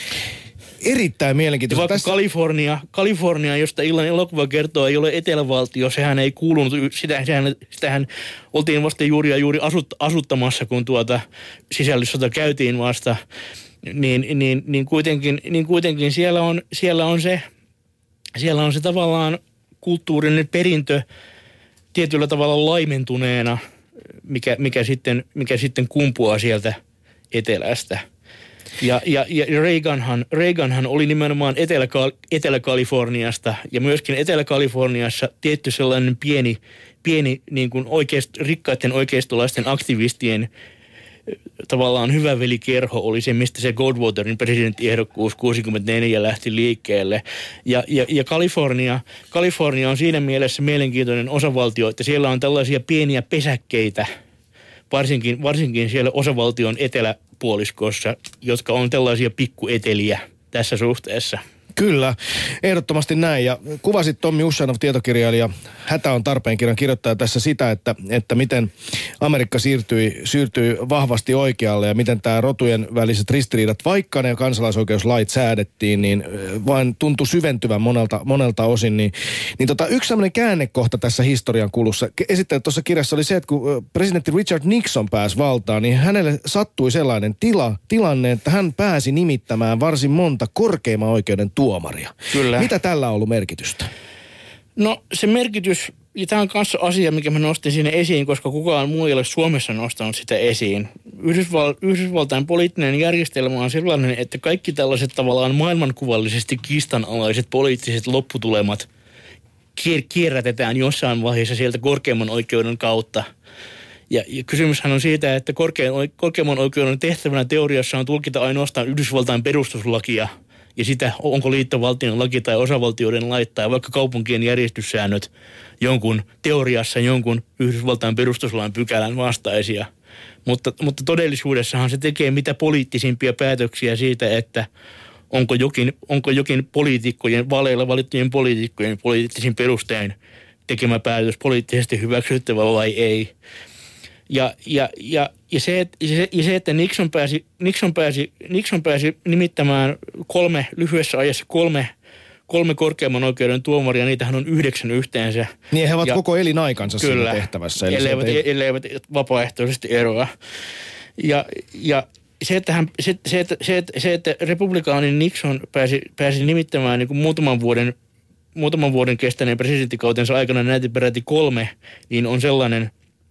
Erittäin mielenkiintoista. Vaikka Tässä... Kalifornia, Kalifornia, josta illan elokuva kertoo, ei ole etelävaltio, sehän ei kuulunut, sitä, sehän, sitähän oltiin vasta juuri ja juuri asut, asuttamassa, kun tuota sisällissota käytiin vasta, niin, niin, niin, kuitenkin, niin kuitenkin siellä on, siellä on se, siellä on se tavallaan kulttuurinen perintö tietyllä tavalla laimentuneena, mikä, mikä, sitten, mikä sitten kumpuaa sieltä etelästä. Ja, ja, ja Reaganhan, Reaganhan oli nimenomaan Etelä, Etelä-Kaliforniasta ja myöskin Etelä-Kaliforniassa tietty sellainen pieni, pieni niin kuin oikeist, rikkaiden oikeistolaisten aktivistien tavallaan hyvävelikerho oli se, mistä se Goldwaterin presidenttiehdokkuus kuusikymmentäneljä lähti liikkeelle. Ja, ja, ja Kalifornia, Kalifornia on siinä mielessä mielenkiintoinen osavaltio, että siellä on tällaisia pieniä pesäkkeitä, varsinkin, varsinkin siellä osavaltion eteläpuoliskossa, jotka on tällaisia pikkueteliä tässä suhteessa. Kyllä, ehdottomasti näin. Ja kuvasit Tommi Ushanov, tietokirjailija, Hätä on tarpeen kirjan kirjoittaa tässä sitä, että, että miten Amerikka siirtyi, siirtyi vahvasti oikealle ja miten tämä rotujen väliset ristiriidat, vaikka ne kansalaisoikeuslait säädettiin, niin vain tuntui syventyvän monelta, monelta osin. Niin, niin tota, yksi sellainen käännekohta tässä historian kulussa, esittänyt tuossa kirjassa oli se, että kun presidentti Richard Nixon pääsi valtaan, niin hänelle sattui sellainen tila, tilanne, että hän pääsi nimittämään varsin monta korkeimman oikeuden tuomaria. Kyllä. Mitä tällä on ollut merkitystä? No se merkitys, ja tämä on kanssa asia, mikä mä nostin sinne esiin, koska kukaan muu ei ole Suomessa nostanut sitä esiin. Yhdysval- Yhdysvaltain poliittinen järjestelmä on sellainen, että kaikki tällaiset tavallaan maailmankuvallisesti kiistanalaiset poliittiset lopputulemat kier- kierrätetään jossain vaiheessa sieltä korkeimman oikeuden kautta. Ja, ja kysymyshän on siitä, että korkein, korkeimman oikeuden tehtävänä teoriassa on tulkita ainoastaan Yhdysvaltain perustuslakia, ja sitä, onko liittovaltion laki tai osavaltioiden lait tai vaikka kaupunkien järjestyssäännöt jonkun teoriassa jonkun Yhdysvaltain perustuslain pykälän vastaisia. Mutta, mutta todellisuudessahan se tekee mitä poliittisimpia päätöksiä siitä, että onko jokin, onko jokin poliitikkojen, vaaleilla valittujen poliitikkojen poliittisin perustein tekemä päätös poliittisesti hyväksyttävä vai ei. Ja, ja, ja, ja, se, ja se, että Nixon pääsi, Nixon, pääsi, Nixon pääsi nimittämään kolme, lyhyessä ajassa kolme, kolme korkeimman oikeuden tuomaria, niitähän on yhdeksän yhteensä. Niin he ovat ja, koko elinaikansa kyllä, siinä tehtävässä. Eli elleivät, ei... elleivät vapaaehtoisesti eroa. Ja, ja se, että, hän, se, se, että, se, että, se, että republikaanin Nixon pääsi, pääsi nimittämään niin kuin muutaman vuoden muutaman vuoden kestäneen presidenttikautensa aikana näitä peräti kolme, niin on sellainen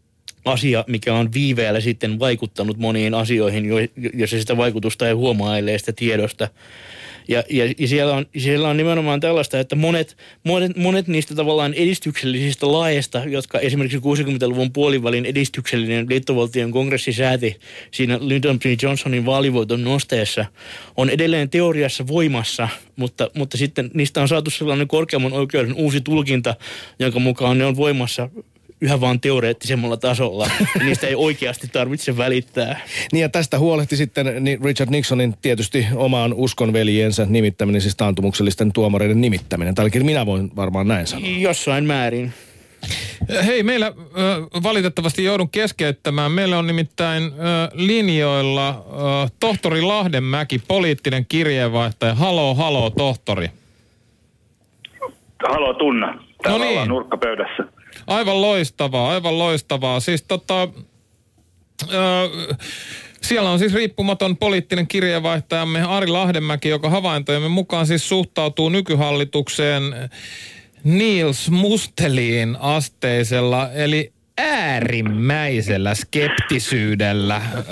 asia, mikä on viiveellä sitten vaikuttanut moniin asioihin, jos sitä vaikutusta ei huomaa, ellei sitä tiedosta. Ja, ja, ja siellä, on, siellä on nimenomaan tällaista, että monet, monet, monet niistä tavallaan edistyksellisistä laeista, jotka esimerkiksi kuusikymmentäluvun puolivälin edistyksellinen liittovaltion kongressi sääti siinä Lyndon B. Johnsonin vaalivoiton nosteessa, on edelleen teoriassa voimassa, mutta, mutta sitten niistä on saatu sellainen korkeamman oikeuden uusi tulkinta, jonka mukaan ne on voimassa yhä vaan teoreettisemmalla tasolla. Niistä ei oikeasti tarvitse välittää. Niin ja tästä huolehti sitten Richard Nixonin tietysti omaan uskonveljensä nimittäminen, siis taantumuksellisten tuomareiden nimittäminen. Tälläkin minä voin varmaan näin sanoa. Jossain määrin. Hei, meillä äh, valitettavasti joudun keskeyttämään. Meillä on nimittäin äh, linjoilla äh, tohtori Lahdenmäki, poliittinen kirjeenvaihtaja. Haloo, haloo, tohtori. Haloo, Tunna. Täällä no niin. ollaan nurkkapöydässä. Aivan loistavaa, aivan loistavaa. Siis tota, ö, siellä on siis riippumaton poliittinen kirjeenvaihtajamme Ari Lahdenmäki, joka havaintojemme mukaan siis suhtautuu nykyhallitukseen Niels Musteliin asteisella, eli äärimmäisellä skeptisyydellä. Ö,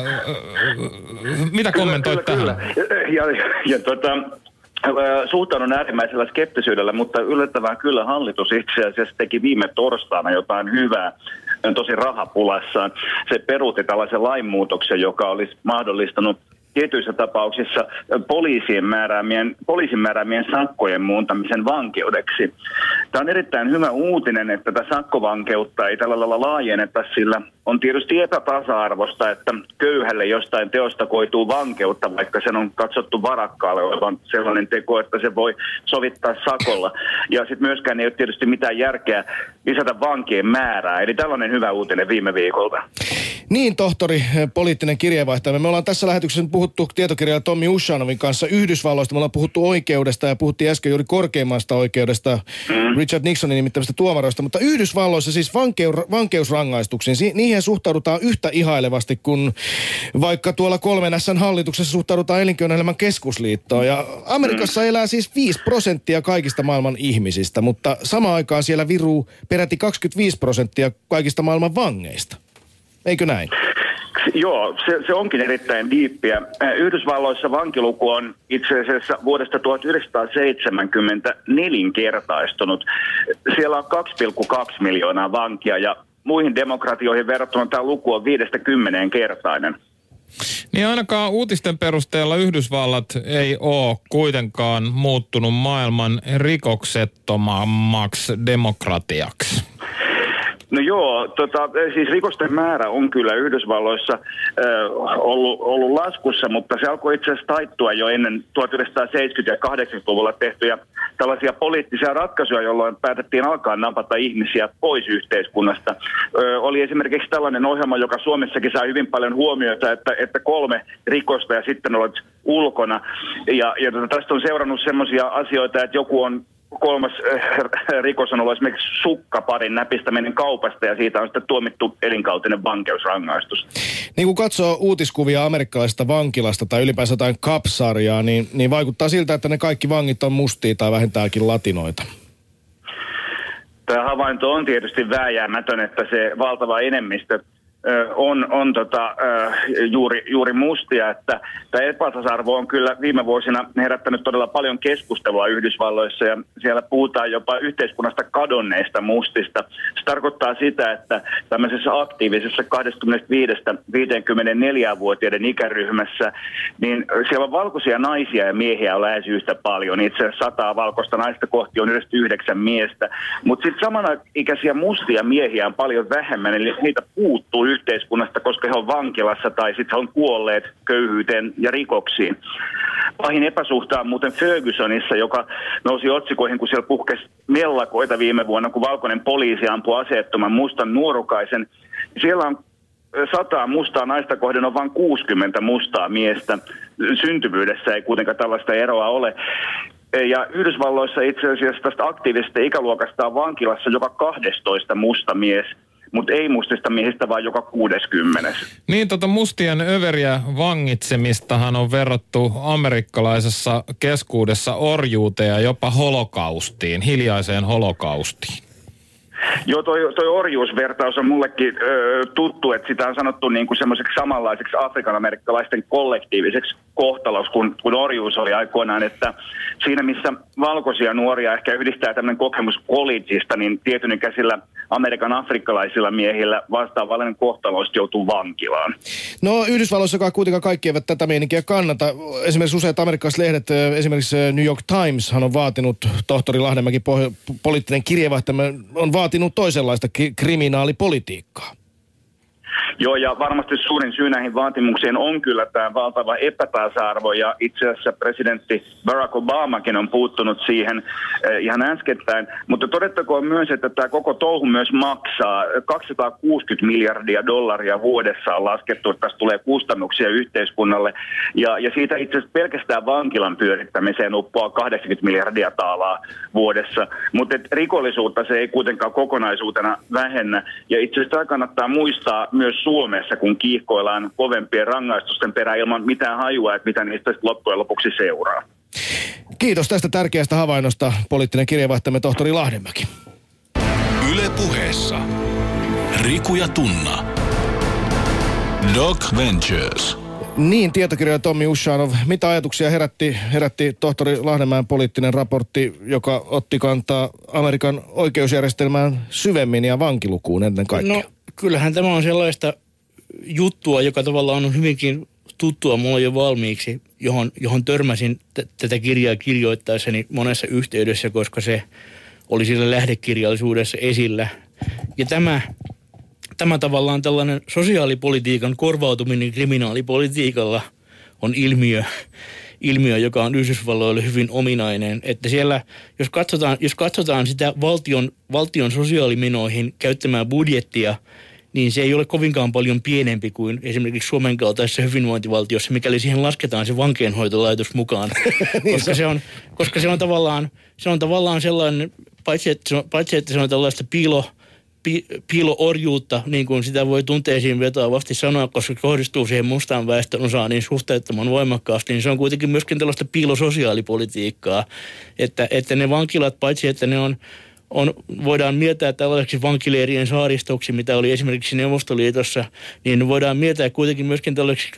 mitä kommentoit kyllä, tähän? Kyllä. Ja, ja, ja tota... Suhtaudun äärimmäisellä skeptisyydellä, mutta yllättävän kyllä hallitus itse asiassa teki viime torstaina jotain hyvää, tosi rahapulassaan. Se peruutti tällaisen lainmuutoksen, joka olisi mahdollistanut tietyissä tapauksissa poliisien määräämien, poliisin määräämien sakkojen muuntamisen vankeudeksi. Tämä on erittäin hyvä uutinen, että tätä sakkovankeutta ei tällä lailla laajenneta, sillä on tietysti epätasa-arvosta, että köyhälle jostain teosta koituu vankeutta, vaikka sen on katsottu varakkaalle olevan sellainen teko, että se voi sovittaa sakolla. Ja sitten myöskään ei ole tietysti mitään järkeä lisätä vankien määrää. Eli tällainen hyvä uutinen viime viikolta. Niin, tohtori, poliittinen kirjeenvaihtaja. Me ollaan tässä lähetyksessä puhuttu tietokirjailija Tommi Ushanovin kanssa Yhdysvalloista. Me ollaan puhuttu oikeudesta ja puhuttiin äsken juuri korkeimmasta oikeudesta, mm. Richard Nixonin nimittämistä tuomaroista. Mutta Yhdysvalloissa siis vankeur, vankeusrangaistuksiin, niihin suhtaudutaan yhtä ihailevasti kuin vaikka tuolla kolmen S:n hallituksessa suhtaudutaan Elinkeinoelämän keskusliittoon. Ja Amerikassa mm. elää siis viisi prosenttia kaikista maailman ihmisistä, mutta samaan aikaan siellä viruu peräti kaksikymmentäviisi prosenttia kaikista maailman vangeista. Eikö näin? Joo, se, se onkin erittäin diippiä. Yhdysvalloissa vankiluku on itse asiassa vuodesta tuhatyhdeksänsataaseitsemänkymmentä nelinkertaistunut. Siellä on kaksi pilkku kaksi miljoonaa vankia ja muihin demokratioihin verrattuna tämä luku on viidestä kymmeneen kertainen. Niin ainakaan uutisten perusteella Yhdysvallat ei ole kuitenkaan muuttunut maailman rikoksettomammaksi demokratiaksi. No joo, tota, siis rikosten määrä on kyllä Yhdysvalloissa äh, ollut, ollut laskussa, mutta se alkoi itse asiassa taittua jo ennen tuhatyhdeksänsataaseitsemänkymmentä- ja kahdeksankymmentäluvulla tehtyjä tällaisia poliittisia ratkaisuja, jolloin päätettiin alkaa napata ihmisiä pois yhteiskunnasta. Ö, oli esimerkiksi tällainen ohjelma, joka Suomessakin sai hyvin paljon huomiota, että, että kolme rikosta ja sitten olet ulkona. Ja, ja tästä on seurannut semmoisia asioita, että joku on kolmas äh, rikos on ollut esimerkiksi sukkaparin näpistäminen kaupasta ja siitä on sitten tuomittu elinkautinen vankeusrangaistus. Niin kun katsoo uutiskuvia amerikkalaisesta vankilasta tai ylipäänsä jotain Cub-sarjaa, niin, niin vaikuttaa siltä, että ne kaikki vangit on mustia tai vähintäänkin latinoita. Tämä havainto on tietysti vääjäämätön, että se valtava enemmistö on, on tota, juuri, juuri mustia, että tämä epätasa-arvo on kyllä viime vuosina herättänyt todella paljon keskustelua Yhdysvalloissa ja siellä puhutaan jopa yhteiskunnasta kadonneista mustista. Se tarkoittaa sitä, että tämmöisessä aktiivisessa kaksikymmentäviisi viisikymmentäneljä-vuotiaiden ikäryhmässä, niin siellä on valkoisia naisia ja miehiä on lähes yhtä paljon. Itse asiassa sataa valkoista naista kohti on yhdeksänkymmentäyhdeksän miestä, mutta sitten samanikäisiä mustia miehiä on paljon vähemmän, eli heitä puuttuu yhteiskunnasta, koska he on vankilassa tai sitten he on kuolleet köyhyyteen ja rikoksiin. Pahin epäsuhta on muuten Fergusonissa, joka nousi otsikoihin, kun siellä puhkesi mellakoita viime vuonna, kun valkoinen poliisi ampui aseettoman mustan nuorukaisen. Siellä on sataa mustaa naista kohden on vain kuusikymmentä mustaa miestä. Syntyvyydessä ei kuitenkaan tällaista eroa ole. Ja Yhdysvalloissa itse asiassa tästä aktiivisesta ikäluokasta on vankilassa joka kahdestoista musta mies. Mutta ei mustista miehistä, vaan joka kuudeskymmenes. Niin, tota mustien överiä vangitsemistahan on verrattu amerikkalaisessa keskuudessa orjuuteen ja jopa holokaustiin, hiljaiseen holokaustiin. Joo, toi, toi orjuusvertaus on mullekin ö, tuttu, että sitä on sanottu niin kuin semmoiseksi samanlaiseksi afrikan-amerikkalaisten kollektiiviseksi kohtaloksi, kun, kun orjuus oli aikoinaan, että siinä missä valkoisia nuoria ehkä yhdistää tämmöinen kokemus collegeista, niin tietyn ikäisillä Amerikan afrikkalaisilla miehillä vastaavallinen kohtalo joutuu vankilaan. No Yhdysvalloissakaan kuitenkaan kaikki eivät tätä meininkiä kannata. Esimerkiksi useat amerikkalaiset lehdet, esimerkiksi New York Timeshan on vaatinut, tohtori Lahdenmäki, poliittinen kirjeenvaihtaja, on vaatinut toisenlaista ki- kriminaalipolitiikkaa. Joo, ja varmasti suurin syy näihin vaatimuksiin on kyllä tämä valtava epätasa-arvo, ja itse asiassa presidentti Barack Obamakin on puuttunut siihen eh, ihan äskettäin. Mutta todettakoon myös, että tämä koko touhu myös maksaa. kaksisataakuusikymmentä miljardia dollaria vuodessa on laskettu, että tästä tulee kustannuksia yhteiskunnalle, ja, ja siitä itse asiassa pelkästään vankilan pyörittämiseen uppoaa kahdeksankymmentä miljardia taalaa vuodessa. Mutta rikollisuutta se ei kuitenkaan kokonaisuutena vähennä, ja itse asiassa kannattaa muistaa myös Suomessa, kun kiihkoillaan kovempien rangaistusten perään ilman mitään hajua, että mitä niistä loppujen lopuksi seuraa. Kiitos tästä tärkeästä havainnosta, poliittinen kirjeenvaihtajamme tohtori Lahdenmäki. Yle Puheessa Riku ja Tunna. Doc Ventures. Niin, tietokirjailija Tommi Ushanov. Mitä ajatuksia herätti, herätti tohtori Lahdenmäen poliittinen raportti, joka otti kantaa Amerikan oikeusjärjestelmään syvemmin ja vankilukuun ennen kaikkea? No, kyllähän tämä on sellaista juttua, joka tavallaan on hyvinkin tuttua mulle jo valmiiksi, johon, johon törmäsin t- tätä kirjaa kirjoittaessani monessa yhteydessä, koska se oli sillä lähdekirjallisuudessa esillä. Ja tämä, tämä tavallaan tällainen sosiaalipolitiikan korvautuminen kriminaalipolitiikalla on ilmiö, ilmiö, joka on Yhdysvalloille hyvin ominainen. Että siellä, jos katsotaan, jos katsotaan sitä valtion, valtion sosiaalimenoihin käyttämää budjettia, niin se ei ole kovinkaan paljon pienempi kuin esimerkiksi Suomen kaltaisessa hyvinvointivaltiossa, mikäli siihen lasketaan se vankeinhoitolaitos mukaan. koska, se on, koska se on tavallaan, se on tavallaan sellainen, paitsi että se on, paitsi että se on tällaista piilo, pi, piilo-orjuutta, niin kuin sitä voi tunteisiin vetoavasti sanoa, koska kohdistuu siihen mustaan väestön osaan niin suhteettoman voimakkaasti, niin se on kuitenkin myöskin tällaista piilososiaalipolitiikkaa, että, että ne vankilat, paitsi että ne on On, voidaan mieltää tällaiseksi vankileirien saaristoksi, mitä oli esimerkiksi Neuvostoliitossa, niin voidaan mieltää kuitenkin myöskin tällaiseksi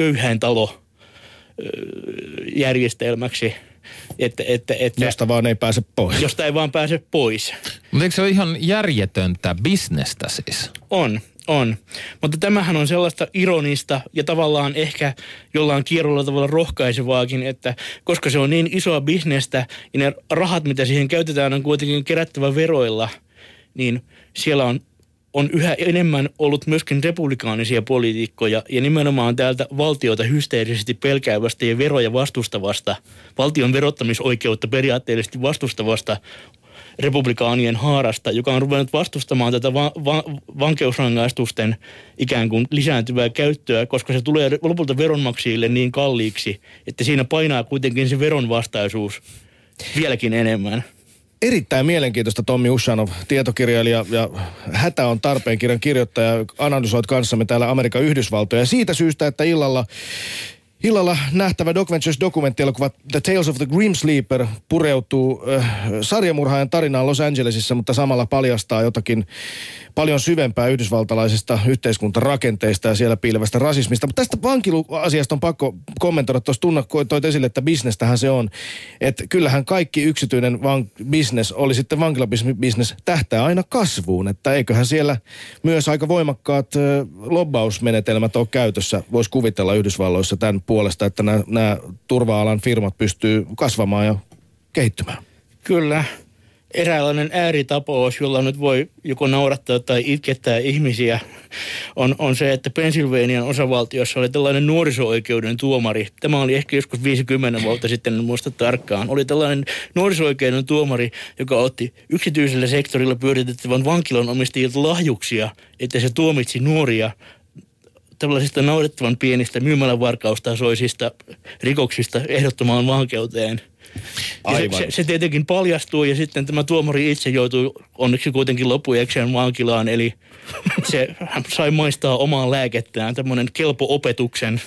köyhäintalo-järjestelmäksi. Että, että, että, josta vaan ei pääse pois. Josta ei vaan pääse pois. Mutta eikö se ole ihan järjetöntä bisnestä siis? On, on. Mutta tämähän on sellaista ironista ja tavallaan ehkä jollain kierrolla tavalla rohkaisevaakin, että koska se on niin isoa bisnestä ja ne rahat, mitä siihen käytetään, on kuitenkin kerättävä veroilla, niin siellä on, on yhä enemmän ollut myöskin republikaanisia poliitikkoja ja nimenomaan täältä valtiota hysteerisesti pelkäävästä ja veroja vastustavasta, valtion verottamisoikeutta periaatteellisesti vastustavasta republikaanien haarasta, joka on ruvennut vastustamaan tätä va- va- vankeusrangaistusten ikään kuin lisääntyvää käyttöä, koska se tulee lopulta veronmaksajille niin kalliiksi, että siinä painaa kuitenkin se veronvastaisuus vieläkin enemmän. Erittäin mielenkiintoista Tommi Ushanov, tietokirjailija ja Hätä on tarpeen kirjan kirjoittaja. Analysoit kanssamme täällä Amerikan Yhdysvaltoja siitä syystä, että illalla Illalla nähtävä Doc Ventures-dokumenttielokuva The Tales of the Grim Sleeper pureutuu äh, sarjamurhaajan tarinaan Los Angelesissa, mutta samalla paljastaa jotakin paljon syvempää yhdysvaltalaisista yhteiskuntarakenteista ja siellä piilevästä rasismista. Mutta tästä vankiluasiasta on pakko kommentoida. Tuossa Tunna toit esille, että bisnestähän se on. Että kyllähän kaikki yksityinen vank- business, oli sitten vankilabisnes, tähtää aina kasvuun. Että eiköhän siellä myös aika voimakkaat äh, lobbausmenetelmät ole käytössä. Voisi kuvitella Yhdysvalloissa tämän puolesta, että nämä, nämä turva-alan firmat pystyy kasvamaan ja kehittymään. Kyllä. Eräänlainen ääritapaus, jolla nyt voi joko naurattaa tai itkettää ihmisiä, on, on se, että Pennsylvanian osavaltiossa oli tällainen nuoriso-oikeuden tuomari. Tämä oli ehkä joskus viisikymmentä vuotta sitten, en muista tarkkaan. Oli tällainen nuoriso-oikeuden tuomari, joka otti yksityisellä sektorilla pyöritettävän vankilan omistajilta lahjuksia, että se tuomitsi nuoria tällaisista naurettavan pienistä myymälävarkaustasoisista rikoksista ehdottomaan vankeuteen. Aivan. Se, se tietenkin paljastuu ja sitten tämä tuomari itse joutui onneksi kuitenkin loppujekseen vankilaan, eli se sai maistaa omaa lääkettään. Tämmöinen kelpo-opetuksen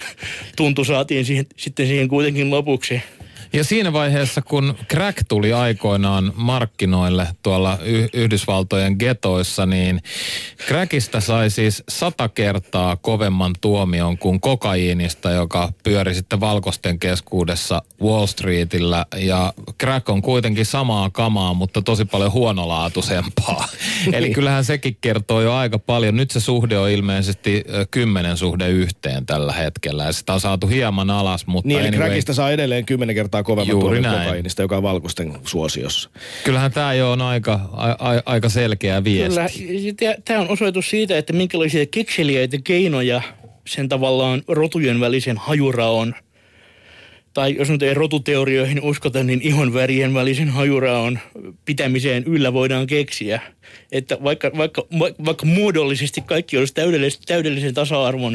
tuntu saatiin siihen, sitten siihen kuitenkin lopuksi. Ja siinä vaiheessa, kun crack tuli aikoinaan markkinoille tuolla y- Yhdysvaltojen getoissa, niin crackista sai siis sata kertaa kovemman tuomion kuin kokaiinista, joka pyöri sitten valkoisten keskuudessa Wall Streetillä. Ja crack on kuitenkin samaa kamaa, mutta tosi paljon huonolaatuisempaa. Eli kyllähän sekin kertoo jo aika paljon. Nyt se suhde on ilmeisesti kymmenen suhde yhteen tällä hetkellä. Ja sitä on saatu hieman alas, mutta niin, eli anyway, crackista saa edelleen kymmenen kertaa kovemman tuomion kokaiinista, joka on valkoisten suosiossa. Kyllähän tämä jo on aika, a, aika selkeä viesti. Kyllä, tämä on osoitus siitä, että minkälaisia kekseliäitä keinoja sen tavallaan rotujen välisen hajuraon, tai jos nyt ei rotuteorioihin uskota, niin ihonvärien välisen hajuraon pitämiseen yllä voidaan keksiä. Että vaikka, vaikka, vaikka muodollisesti kaikki olisi täydellisen, täydellisen tasa-arvon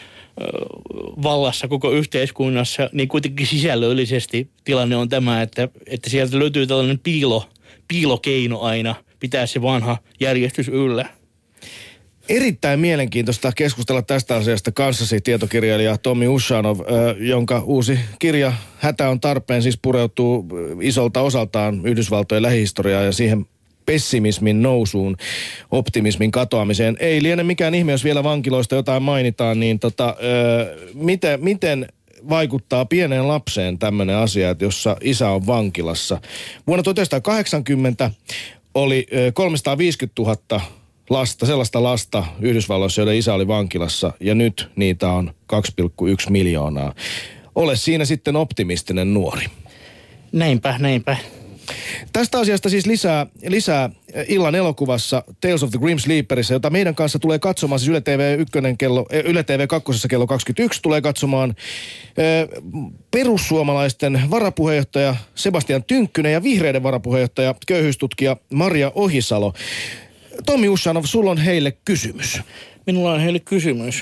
vallassa koko yhteiskunnassa, niin kuitenkin sisällöllisesti tilanne on tämä, että, että sieltä löytyy tällainen piilo, piilokeino aina pitää se vanha järjestys yllä. Erittäin mielenkiintoista keskustella tästä asiasta kanssasi tietokirjailija Tommi Ushanov, jonka uusi kirja Hätä on tarpeen siis pureutuu isolta osaltaan Yhdysvaltojen lähihistoriaa ja siihen pessimismin nousuun, optimismin katoamiseen. Ei liene mikään ihme, jos vielä vankiloista jotain mainitaan, niin tota, ö, miten, miten vaikuttaa pieneen lapseen tämmöinen asia, että jossa isä on vankilassa. Vuonna tuhatyhdeksänsataakahdeksankymmentä oli ö, kolmesataaviisikymmentätuhatta lasta, sellaista lasta Yhdysvalloissa, joiden isä oli vankilassa, ja nyt niitä on kaksi pilkku yksi miljoonaa. Ole siinä sitten optimistinen nuori. Näinpä, näinpä. Tästä asiasta siis lisää, lisää illan elokuvassa Tales of the Grim Sleeperissä, jota meidän kanssa tulee katsomaan, siis Yle T V yksi kello, Yle T V kaksi kello kaksikymmentäyksi tulee katsomaan eh, perussuomalaisten varapuheenjohtaja Sebastian Tynkkynen ja vihreiden varapuheenjohtaja, köyhyystutkija Maria Ohisalo. Tommi Ushanov, sulla on heille kysymys. Minulla on heille kysymys.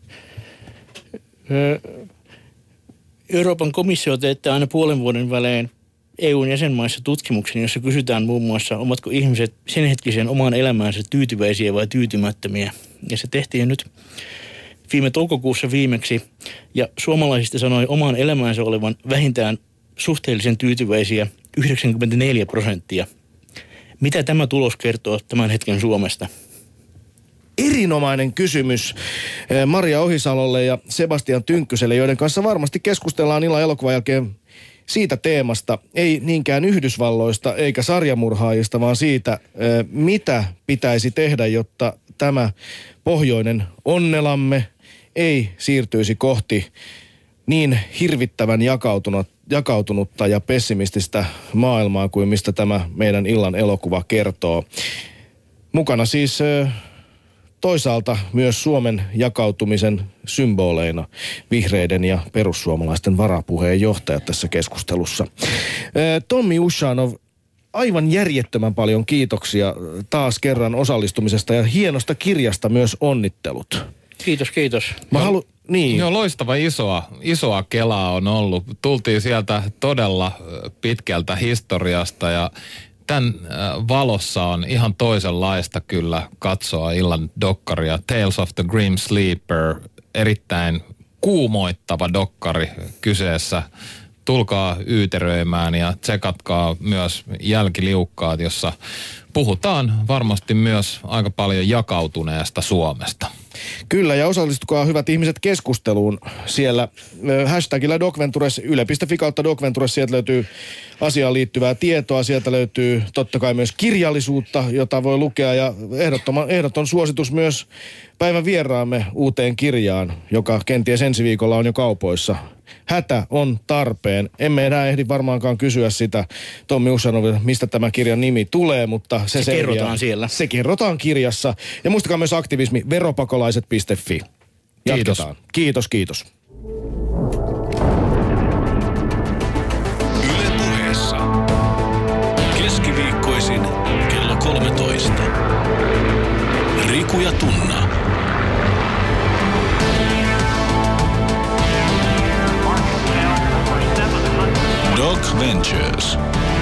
Euroopan komissio teettää aina puolen vuoden välein E U:n jäsenmaissa tutkimuksen, jossa kysytään muun muassa, ovatko ihmiset sen hetkisen omaan elämäänsä tyytyväisiä vai tyytymättömiä. Ja se tehtiin nyt viime toukokuussa viimeksi, ja suomalaisista sanoi omaan elämäänsä olevan vähintään suhteellisen tyytyväisiä yhdeksänkymmentäneljä prosenttia. Mitä tämä tulos kertoo tämän hetken Suomesta? Erinomainen kysymys Maria Ohisalolle ja Sebastian Tynkkyselle, joiden kanssa varmasti keskustellaan illan elokuvan jälkeen siitä teemasta, ei niinkään Yhdysvalloista eikä sarjamurhaajista, vaan siitä, mitä pitäisi tehdä, jotta tämä pohjoinen onnelamme ei siirtyisi kohti niin hirvittävän jakautunut, jakautunutta ja pessimististä maailmaa kuin mistä tämä meidän illan elokuva kertoo. Mukana siis toisaalta myös Suomen jakautumisen symboleina vihreiden ja perussuomalaisten varapuheenjohtajat tässä keskustelussa. Tommi Ushanov, aivan järjettömän paljon kiitoksia taas kerran osallistumisesta ja hienosta kirjasta myös onnittelut. Kiitos, kiitos. Mä halu... Niin. Joo, loistava isoa, isoa kelaa on ollut. Tultiin sieltä todella pitkältä historiasta ja tämän valossa on ihan toisenlaista kyllä katsoa illan dokkaria. Tales of the Grim Sleeper, erittäin kuumoittava dokkari kyseessä. Tulkaa yyteröimään ja tsekatkaa myös jälkiliukkaat, jossa puhutaan varmasti myös aika paljon jakautuneesta Suomesta. Kyllä, ja osallistukaa hyvät ihmiset keskusteluun siellä hashtagillä Docventures, yle piste fi kautta Docventures, sieltä löytyy asiaan liittyvää tietoa, sieltä löytyy totta kai myös kirjallisuutta, jota voi lukea, ja ehdoton suositus myös päivän vieraamme uuteen kirjaan, joka kenties ensi viikolla on jo kaupoissa. Hätä on tarpeen. Emme enää ehdi varmaankaan kysyä sitä Tommi Ushanovilta, mistä tämä kirjan nimi tulee, mutta se, se selviää. kerrotaan siellä. Se kerrotaan kirjassa. Ja muistakaa myös aktivismi veropakolaiset piste fi. Jatketaan. Kiitos, kiitos. Yle Puheessa. Keskiviikkoisin kello kolmetoista. Riku ja Tunna. Doc Ventures.